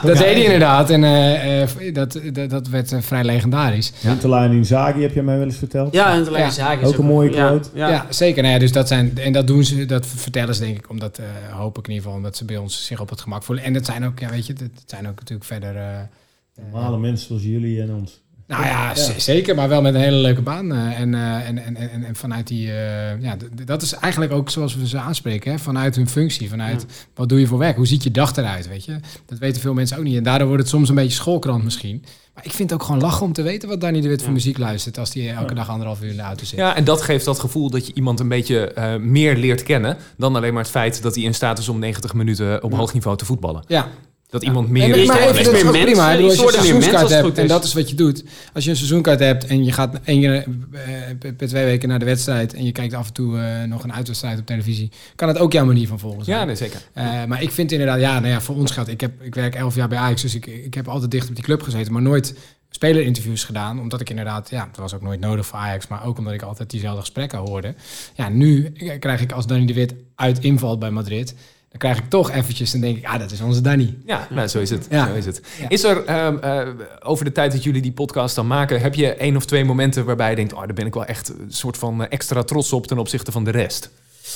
inderdaad. En uh, uh, dat, dat, dat werd uh, vrij legendarisch. Ja. Huntelaar Inzaghi heb je mij wel eens verteld. Ja, Huntelaar Ja. Inzaghi. Ook een mooie quote. Ja, Ja, ja. zeker. Nou ja, dus dat zijn, en dat doen ze, dat vertellen ze denk ik, omdat, uh, hoop ik in ieder geval, omdat ze bij ons zich op het gemak voelen. En dat zijn ook, ja weet je, dat zijn ook natuurlijk verder... Uh, Normale mensen zoals jullie en ons. Nou ja, Ja. z- zeker, maar wel met een hele leuke baan. Uh, en, uh, en, en, en, en vanuit die... Uh, ja, d- dat is eigenlijk ook zoals we ze aanspreken. Hè? Vanuit hun functie, vanuit Ja. wat doe je voor werk? Hoe ziet je dag eruit, weet je? Dat weten veel mensen ook niet. En daardoor wordt het soms een beetje schoolkrant misschien. Maar ik vind het ook gewoon lachen om te weten wat Danny de Wit voor Ja. muziek luistert. Als die elke dag anderhalf uur in de auto zit. Ja, en dat geeft dat gevoel dat je iemand een beetje uh, meer leert kennen dan alleen maar het feit dat hij in staat is om negentig minuten op Ja. hoog niveau te voetballen. Ja. Dat iemand En meer dat, is maar dan even, alleen dat is meer ook mensen, prima. Ik bedoel, als je iets een worden meer seizoenskaart mensen als het hebt, goed en is. dat is wat je doet. Als je een seizoenkaart hebt en je gaat één keer uh, per twee weken naar de wedstrijd en je kijkt af en toe uh, nog een uitwedstrijd op televisie, kan het ook jouw manier van volgen zijn. Ja, nee, zeker. Uh, maar ik vind inderdaad, ja, nou ja, voor ons geldt. Ik, heb, ik werk elf jaar bij Ajax, dus ik, ik heb altijd dicht op die club gezeten, maar nooit spelerinterviews gedaan, omdat ik inderdaad, ja, het was ook nooit nodig voor Ajax, maar ook omdat ik altijd diezelfde gesprekken hoorde. Ja, nu krijg ik als Danny de Wit uit invalt bij Madrid, dan krijg ik toch eventjes, dan denk ik, ah, dat is onze Danny. Ja, nou, zo is het. Ja. Zo is, het. Ja. Is er um, uh, over de tijd dat jullie die podcast dan maken, heb je één of twee momenten waarbij je denkt, oh, daar ben ik wel echt een soort van extra trots op ten opzichte van de rest?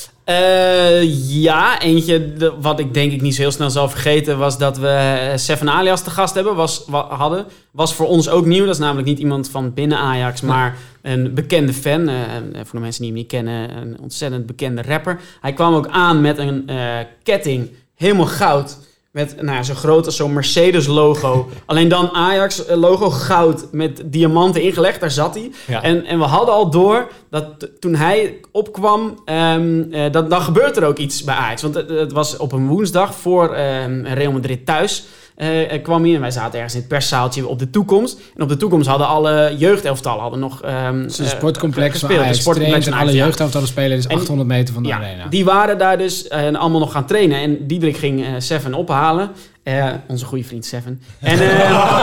Uh, ja, eentje de, wat ik denk ik niet zo heel snel zal vergeten was dat we Seven Alias te gast hebben, was, wa, hadden. Was voor ons ook nieuw. Dat is namelijk niet iemand van binnen Ajax, maar een bekende fan. Uh, voor de mensen die hem niet kennen, een ontzettend bekende rapper. Hij kwam ook aan met een uh, ketting, helemaal goud. Met nou, zo groot als zo'n Mercedes-logo. Alleen dan Ajax-logo goud met diamanten ingelegd. Daar zat hij. Ja. En, en we hadden al door dat t- toen hij opkwam, um, uh, dat, dan gebeurt er ook iets bij Ajax. Want het, het was op een woensdag voor um, Real Madrid thuis. Uh, kwam hij en wij zaten ergens in het perszaaltje op de toekomst. En op de toekomst hadden alle jeugdelftallen hadden nog um, Het is een sportcomplex uh, van Ajax. Een sportcomplex en van alle Ajax, ja. jeugdelftallen spelen, dus En- achthonderd meter van de Ja, arena. die waren daar dus uh, allemaal nog gaan trainen. En Diederik ging uh, Seven ophalen. Uh, onze goede vriend Seven. En, uh,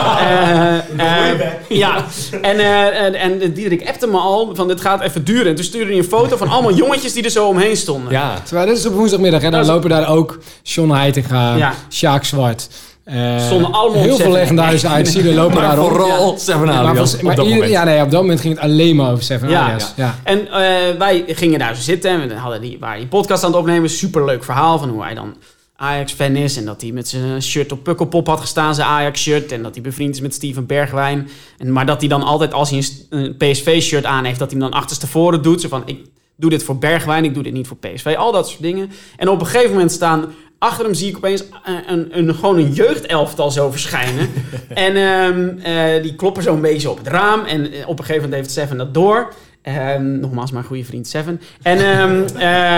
uh, uh, ja. en, uh, en, en Diederik appte me al van dit gaat even duren. En toen stuurde hij een foto van allemaal jongetjes die er zo omheen stonden. Ja, Terwijl dit is op woensdagmiddag, hè, dan Dat is- lopen daar ook John Heitinga, Ja. Sjaak Zwart. Uh, Stonden allemaal heel veel ontzettend- legendarische Ajax-zielen lopen maar daar rond. vooral Seven Maar, Alias voor- op maar dat ieder- moment. ja, nee, op dat moment ging het alleen maar over Seven Ja. Alias. Ja. En uh, wij gingen daar zo zitten en we hadden die, waren die podcast aan het opnemen. Superleuk verhaal van hoe hij dan Ajax-fan is. En dat hij met zijn shirt op Pukkelpop had gestaan, zijn Ajax-shirt. En dat hij bevriend is met Steven Bergwijn. En, maar dat hij dan altijd, als hij een, st- een P S V-shirt aan heeft, dat hij hem dan achterstevoren doet. Zo van, ik doe dit voor Bergwijn, ik doe dit niet voor P S V. Al dat soort dingen. En op een gegeven moment staan... Achter hem zie ik opeens een, een, een, gewoon een jeugdelftal zo verschijnen. en um, uh, die kloppen zo een beetje op het raam. En uh, op een gegeven moment heeft Seven dat door. Um, nogmaals, mijn goede vriend Seven. En, um, uh,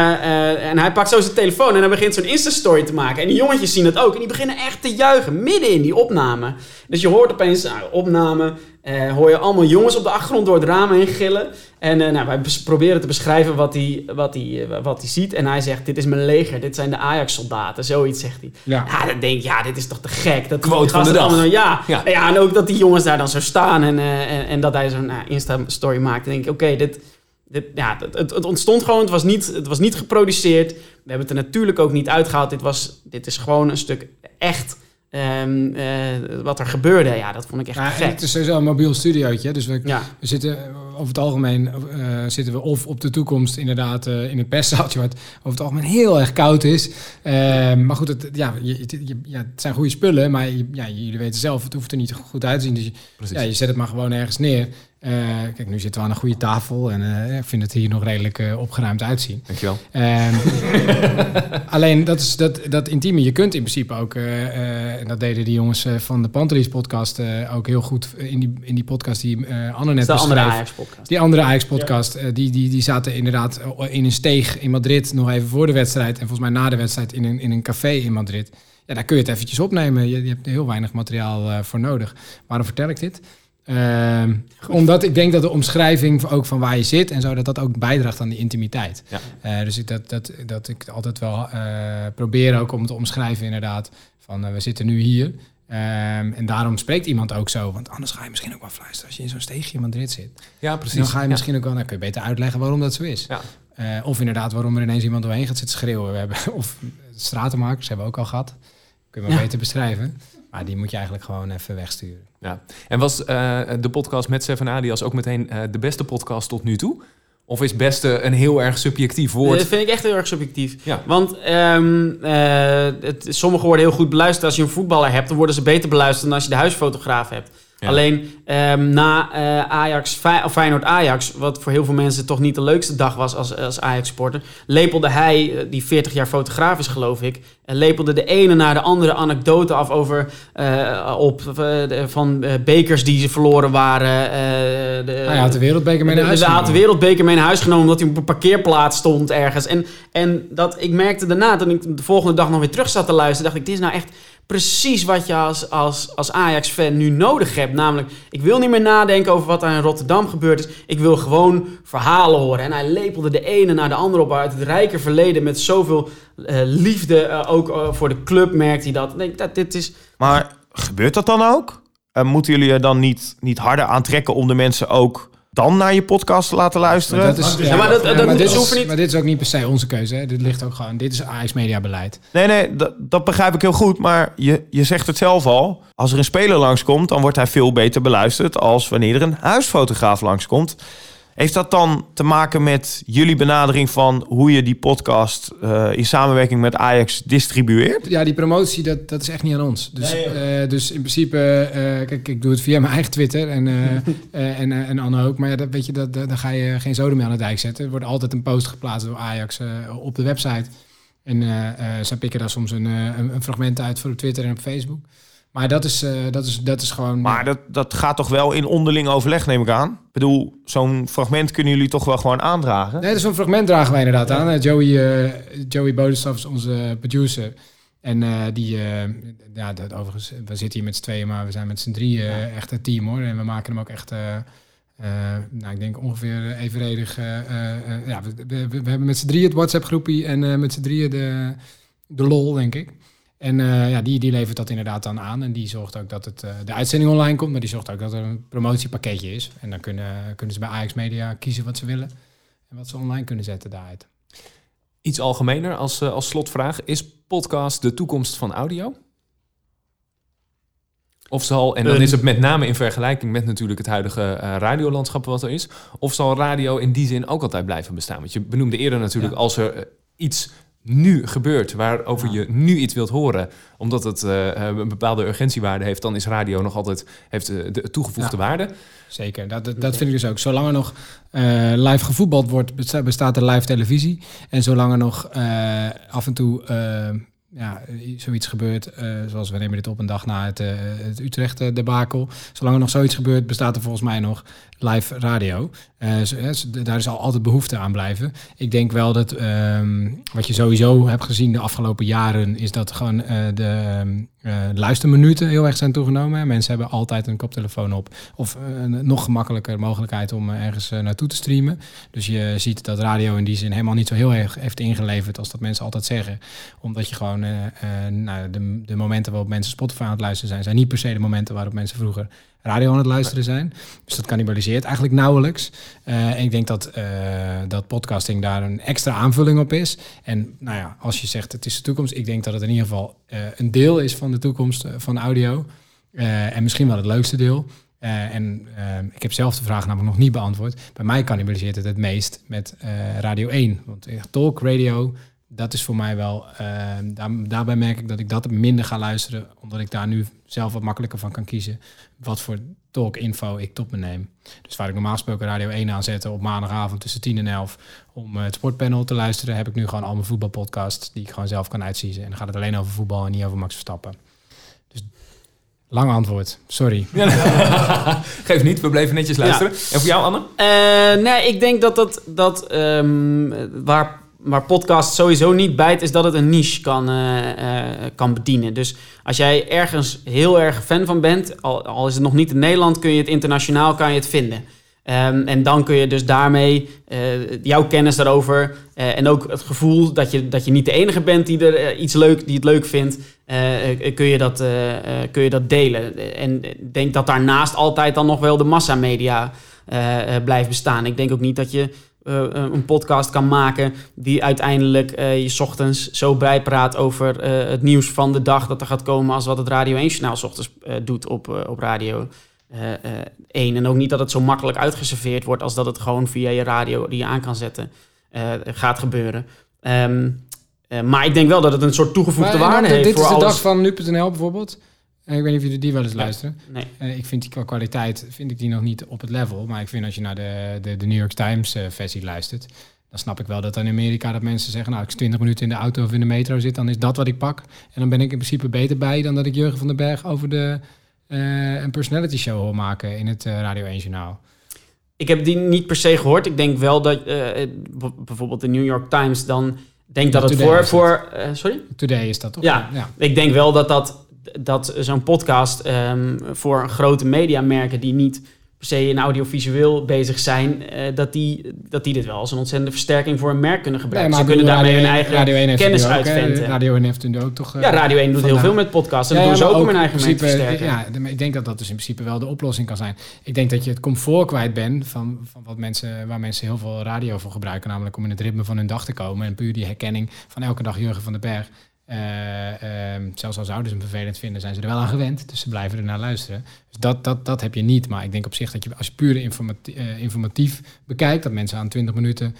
uh, en hij pakt zo zijn telefoon en hij begint zo'n Insta-story te maken. En die jongetjes zien dat ook. En die beginnen echt te juichen, midden in die opname. Dus je hoort opeens, nou, opname... Uh, hoor je allemaal jongens op de achtergrond door het raam heen gillen. En uh, nou, wij bes- proberen te beschrijven wat hij, wat, hij, uh, wat hij ziet. En hij zegt, dit is mijn leger, dit zijn de Ajax-soldaten. Zoiets zegt hij. Ja. Ja, dan denk ik, ja, dit is toch te gek. Dat Quote die van de gasten dag. allemaal- ja. Ja. Ja. ja, en ook dat die jongens daar dan zo staan. En, uh, en, en dat hij zo'n uh, Insta-story maakt. Dan denk ik, oké, okay, dit... Dit, ja, het, het, het ontstond gewoon, het was, niet, het was niet geproduceerd. We hebben het er natuurlijk ook niet uitgehaald. Dit, was, dit is gewoon een stuk echt um, uh, wat er gebeurde. Ja, dat vond ik echt Ja, en gek. het is sowieso een mobiel studiootje. Dus we, Ja. we zitten over het algemeen uh, zitten we of op de toekomst inderdaad uh, in een perszaaltje waar het over het algemeen heel erg koud is. Uh, maar goed, het, ja, je, je, ja, het zijn goede spullen, maar je, ja, jullie weten zelf, het hoeft er niet goed uit te zien. Dus je, Precies. ja, je zet het maar gewoon ergens neer. Uh, kijk, nu zitten we aan een goede tafel en uh, ik vind het hier nog redelijk uh, opgeruimd uitzien. Dankjewel. Um, alleen dat is dat, dat intieme. Je kunt in principe ook, uh, uh, en dat deden die jongens uh, van de Pantelis podcast uh, ook heel goed in die, in die podcast die uh, Anne net de andere beschreef. Ajax-podcast. Die andere Ajax-podcast, uh, die, die, die zaten inderdaad in een steeg in Madrid nog even voor de wedstrijd. En volgens mij na de wedstrijd in een, in een café in Madrid. Ja, daar kun je het eventjes opnemen. Je, je hebt er heel weinig materiaal uh, voor nodig. Waarom vertel ik dit? Uh, omdat ik denk dat de omschrijving ook van waar je zit en zo, dat dat ook bijdraagt aan die intimiteit. Ja. Uh, dus ik, dat, dat, dat ik altijd wel uh, probeer ook om te omschrijven inderdaad van uh, we zitten nu hier. Um, en daarom spreekt iemand ook zo, want anders ga je misschien ook wel fluisteren als je in zo'n steegje in Madrid zit. Ja, precies. Dan ga je Ja. misschien ook wel, dan kun je beter uitleggen waarom dat zo is. Ja. Uh, of inderdaad waarom er ineens iemand doorheen gaat zitten schreeuwen. We hebben, of stratenmakers hebben we ook al gehad. Kun je maar Ja. beter beschrijven. Maar die moet je eigenlijk gewoon even wegsturen. Ja. En was uh, de podcast met Seven Alias ook meteen uh, de beste podcast tot nu toe? Of is beste een heel erg subjectief woord? Dat vind ik echt heel erg subjectief. Ja. Want um, uh, het, sommige worden heel goed beluisterd. Als je een voetballer hebt, dan worden ze beter beluisterd dan als je de huisfotograaf hebt. Ja. Alleen um, na uh, Ajax, Fey- of Feyenoord-Ajax, wat voor heel veel mensen toch niet de leukste dag was als, als Ajax-supporter, lepelde hij, die veertig jaar fotograaf is geloof ik, lepelde de ene naar de andere anekdote af over uh, op uh, de, van uh, bekers die ze verloren waren. Uh, de, hij had de wereldbeker mee naar huis genomen. genomen. Hij had de wereldbeker mee naar huis genomen omdat hij op een parkeerplaats stond ergens. En, en dat ik merkte daarna, toen ik de volgende dag nog weer terug zat te luisteren, dacht ik, dit is nou echt precies wat je als, als, als Ajax-fan nu nodig hebt. Namelijk, ik wil niet meer nadenken over wat er in Rotterdam gebeurd is. Ik wil gewoon verhalen horen. En hij lepelde de ene naar de andere op uit het rijke verleden met zoveel uh, liefde. Uh, ook uh, voor de club merkt hij dat. Ik denk dat dit is... Maar gebeurt dat dan ook? Uh, moeten jullie er dan niet, niet harder aantrekken om de mensen ook dan naar je podcast te laten luisteren? Maar, dat is, ja, ja, maar, dat, dat, ja, maar, dit is, is, niet... maar dit is ook niet per se onze keuze. Hè. Dit ligt ook gewoon. Dit is Ajax Media beleid. Nee, nee, dat, dat begrijp ik heel goed. Maar je, je zegt het zelf al. Als er een speler langskomt, dan wordt hij veel beter beluisterd als wanneer er een huisfotograaf langskomt. Heeft dat dan te maken met jullie benadering van hoe je die podcast uh, in samenwerking met Ajax distribueert? Ja, die promotie, dat, dat is echt niet aan ons. Dus, Nee, uh, dus in principe, uh, kijk, ik doe het via mijn eigen Twitter en, uh, uh, en, uh, en Anne ook. Maar ja, dat, weet je, dat, dan ga je geen zoden meer aan de dijk zetten. Er wordt altijd een post geplaatst door Ajax uh, op de website. En uh, uh, zij pikken daar soms een, uh, een fragment uit voor op Twitter en op Facebook. Maar dat is, uh, dat is, dat is gewoon... Maar dat, dat gaat toch wel in onderling overleg, neem ik aan? Ik bedoel, zo'n fragment kunnen jullie toch wel gewoon aandragen? Nee, dus zo'n fragment dragen wij inderdaad aan. Joey, uh, Joey Bodenstof is onze producer. En uh, die, uh, ja, dat, overigens, we zitten hier met z'n tweeën, maar we zijn met z'n drieën uh, echt een team hoor. En we maken hem ook echt, uh, uh, nou ik denk ongeveer evenredig. Uh, uh, ja, we, we, we hebben met z'n drieën het WhatsApp groepie en uh, met z'n drieën de, de lol, denk ik. En uh, ja, die, die levert dat inderdaad dan aan. En die zorgt ook dat het, uh, de uitzending online komt. Maar die zorgt ook dat er een promotiepakketje is. En dan kunnen, kunnen ze bij Ajax Media kiezen wat ze willen. En wat ze online kunnen zetten daaruit. Iets algemener als, uh, als slotvraag. Is podcast de toekomst van audio? Of zal, en dan is het met name in vergelijking met natuurlijk het huidige uh, radiolandschap wat er is. Of zal radio in die zin ook altijd blijven bestaan? Want je benoemde eerder natuurlijk, ja, als er uh, iets nu gebeurt waarover ja. je nu iets wilt horen, omdat het uh, een bepaalde urgentiewaarde heeft, dan is radio nog altijd heeft uh, de toegevoegde ja. waarde. Zeker, dat, dat, dat vind ik dus ook. Zolang er nog uh, live gevoetbald wordt, bestaat er live televisie. En zolang er nog uh, af en toe uh, ja, zoiets gebeurt, uh, zoals we nemen dit op een dag na het, uh, het Utrecht-debakel. Zolang er nog zoiets gebeurt, bestaat er volgens mij nog live radio. Uh, zo, uh, daar is al altijd behoefte aan blijven. Ik denk wel dat um, wat je sowieso hebt gezien de afgelopen jaren, is dat gewoon uh, de uh, luisterminuten heel erg zijn toegenomen. Mensen hebben altijd een koptelefoon op. Of uh, een nog gemakkelijker mogelijkheid om uh, ergens uh, naartoe te streamen. Dus je ziet dat radio in die zin helemaal niet zo heel erg heeft ingeleverd als dat mensen altijd zeggen. Omdat je gewoon, uh, uh, nou, de, de momenten waarop mensen Spotify aan het luisteren zijn, zijn niet per se de momenten waarop mensen vroeger radio aan het luisteren zijn. Dus dat cannibaliseert eigenlijk nauwelijks. Uh, en ik denk dat, uh, dat podcasting daar een extra aanvulling op is. En nou ja, als je zegt het is de toekomst, ik denk dat het in ieder geval uh, een deel is van de toekomst uh, van audio. Uh, en misschien wel het leukste deel. Uh, en uh, ik heb zelf de vraag namelijk nog niet beantwoord. Bij mij cannibaliseert het het meest met uh, Radio één. Want talk radio, dat is voor mij wel... Uh, daar, daarbij merk ik dat ik dat minder ga luisteren, omdat ik daar nu zelf wat makkelijker van kan kiezen wat voor talk-info ik tot me neem. Dus waar ik normaal gesproken Radio één aanzette op maandagavond tussen tien en elf om uh, het sportpanel te luisteren, heb ik nu gewoon al mijn voetbalpodcasts die ik gewoon zelf kan uitkiezen. En dan gaat het alleen over voetbal en niet over Max Verstappen. Dus lang antwoord, sorry. Ja, geef niet, we bleven netjes luisteren. Ja. En voor jou, Anne? Uh, nee, ik denk dat dat, dat um, waar... Maar podcast sowieso niet bijt, is dat het een niche kan, uh, uh, kan bedienen. Dus als jij ergens heel erg fan van bent, al, al is het nog niet in Nederland, kun je het internationaal kan je het vinden. Um, en dan kun je dus daarmee uh, jouw kennis daarover uh, en ook het gevoel dat je, dat je niet de enige bent die er uh, iets leuk, die het leuk vindt, uh, kun je dat, uh, uh, kun je dat delen. En ik denk dat daarnaast altijd dan nog wel de massamedia uh, uh, blijft bestaan. Ik denk ook niet dat je uh, een podcast kan maken die uiteindelijk uh, je 's ochtends zo bijpraat over uh, het nieuws van de dag dat er gaat komen als wat het Radio één-journaal 's ochtends uh, doet op, uh, op Radio uh, uh, één. En ook niet dat het zo makkelijk uitgeserveerd wordt als dat het gewoon via je radio die je aan kan zetten uh, gaat gebeuren. Um, uh, maar ik denk wel dat het een soort toegevoegde maar, waarde dan, heeft dit voor is de alles. dag van nu punt n l bijvoorbeeld. Uh, ik weet niet of jullie die wel eens luisteren. Nee. Uh, ik vind die qua kwaliteit vind ik die nog niet op het level. Maar ik vind als je naar de, de, de New York Times uh, versie luistert, dan snap ik wel dat in Amerika dat mensen zeggen, nou, als ik twintig minuten in de auto of in de metro zit, dan is dat wat ik pak. En dan ben ik in principe beter bij dan dat ik Jurgen van den Berg over de uh, een personality show hoor maken in het uh, Radio één-journaal. Ik heb die niet per se gehoord. Ik denk wel dat uh, bijvoorbeeld de New York Times dan denkt Ja, dat het Today voor... is voor uh, sorry? Today is dat toch? Ja, ja. Ik denk wel dat, dat, dat zo'n podcast um, voor grote mediamerken die niet per se in audiovisueel bezig zijn, uh, dat, die, dat die dit wel als een ontzettende versterking voor een merk kunnen gebruiken. Nee, Ze kunnen daarmee hun eigen Radio één heeft kennis het nu ook, uitventen. Radio één heeft het nu ook toch... Uh, ja, Radio één doet vandaag. heel veel met podcasts. En Ja, dat doen ja, ze ook om in hun eigen merk te principe, versterken. Ja, de- ik denk dat dat dus in principe wel de oplossing kan zijn. Ik denk dat je het comfort kwijt bent van, van wat mensen, waar mensen heel veel radio voor gebruiken. Namelijk om in het ritme van hun dag te komen. En puur die herkenning van elke dag Jurgen van den Berg. Uh, uh, zelfs al zouden ze hem vervelend vinden, zijn ze er wel aan gewend. Dus ze blijven er naar luisteren. Dus dat, dat, dat heb je niet. Maar ik denk op zich dat je als je puur informatie, uh, informatief bekijkt, dat mensen aan twintig minuten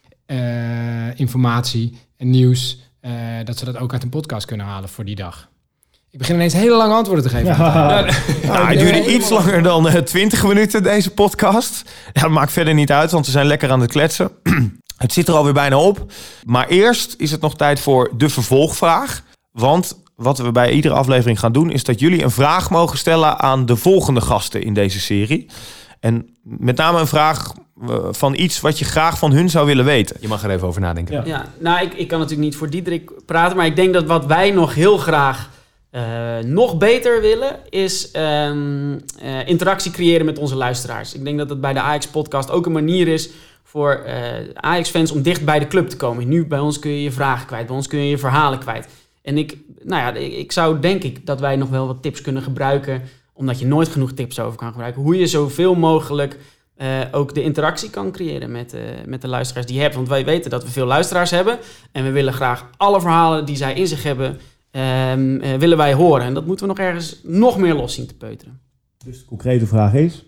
uh, informatie en nieuws, uh, dat ze dat ook uit een podcast kunnen halen voor die dag. Ik begin ineens hele lange antwoorden te geven. Ja. Nou, het duurde iets langer dan uh, twintig minuten, deze podcast. Ja, dat maakt verder niet uit, want we zijn lekker aan het kletsen. Het zit er alweer bijna op. Maar eerst is het nog tijd voor de vervolgvraag. Want wat we bij iedere aflevering gaan doen, is dat jullie een vraag mogen stellen aan de volgende gasten in deze serie. En met name een vraag uh, van iets wat je graag van hun zou willen weten. Je mag er even over nadenken. Ja. Ja, nou, ik, ik kan natuurlijk niet voor Diederik praten, maar ik denk dat wat wij nog heel graag uh, nog beter willen, is um, uh, interactie creëren met onze luisteraars. Ik denk dat het bij de Ajax-podcast ook een manier is voor uh, Ajax-fans om dicht bij de club te komen. Nu bij ons kun je je vragen kwijt, bij ons kun je je verhalen kwijt. En ik, nou ja, ik zou denk ik dat wij nog wel wat tips kunnen gebruiken, omdat je nooit genoeg tips over kan gebruiken, hoe je zoveel mogelijk uh, ook de interactie kan creëren met, uh, met de luisteraars die je hebt. Want wij weten dat we veel luisteraars hebben en we willen graag alle verhalen die zij in zich hebben, um, uh, willen wij horen. En dat moeten we nog ergens nog meer los zien te peuteren. Dus de concrete vraag is...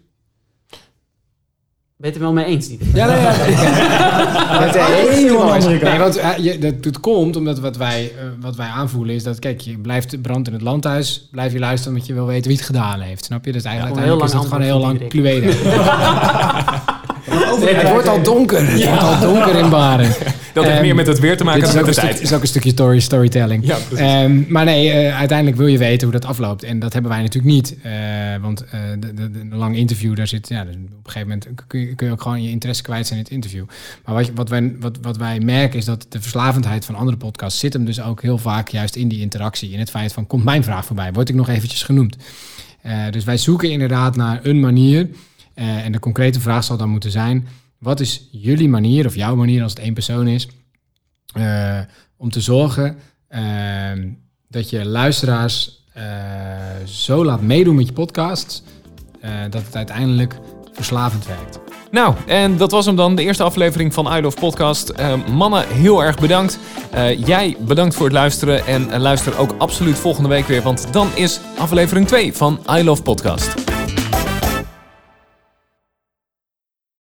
Ben je het er wel mee eens, Diederik? Ja, nee, ja. Het is helemaal aan de andere kant. Nee, want uh, je, dat, dat komt omdat wat wij, uh, wat wij aanvoelen is dat, kijk, je blijft brand in het landhuis, blijf je luisteren omdat je wil weten wie het gedaan heeft. Snap je? Dus eigenlijk, Ja, uiteindelijk is dat gewoon heel lang antwoord clueden. Het wordt al donker. Het wordt al donker in Baren. Dat heeft Um, meer met het weer te maken Dit is dan ook, met een de stuk, tijd. is ook een stukje story, storytelling. Ja, precies. Um, maar nee, uh, uiteindelijk wil je weten hoe dat afloopt. En dat hebben wij natuurlijk niet. Uh, want uh, de, de, de, een lang interview, daar zit... Ja, dus op een gegeven moment kun je, kun je ook gewoon je interesse kwijt zijn in het interview. Maar wat, wat, wij, wat, wat wij merken is dat de verslavendheid van andere podcasts zit hem dus ook heel vaak juist in die interactie. In het feit van, komt mijn vraag voorbij? Word ik nog eventjes genoemd? Uh, dus wij zoeken inderdaad naar een manier. Uh, en de concrete vraag zal dan moeten zijn... Wat is jullie manier, of jouw manier als het één persoon is... Uh, om te zorgen uh, dat je luisteraars uh, zo laat meedoen met je podcast... Uh, dat het uiteindelijk verslavend werkt. Nou, en dat was hem dan, de eerste aflevering van I Love Podcast. Uh, mannen, heel erg bedankt. Uh, jij bedankt voor het luisteren. En uh, luister ook absoluut volgende week weer, want dan is aflevering twee van I Love Podcast.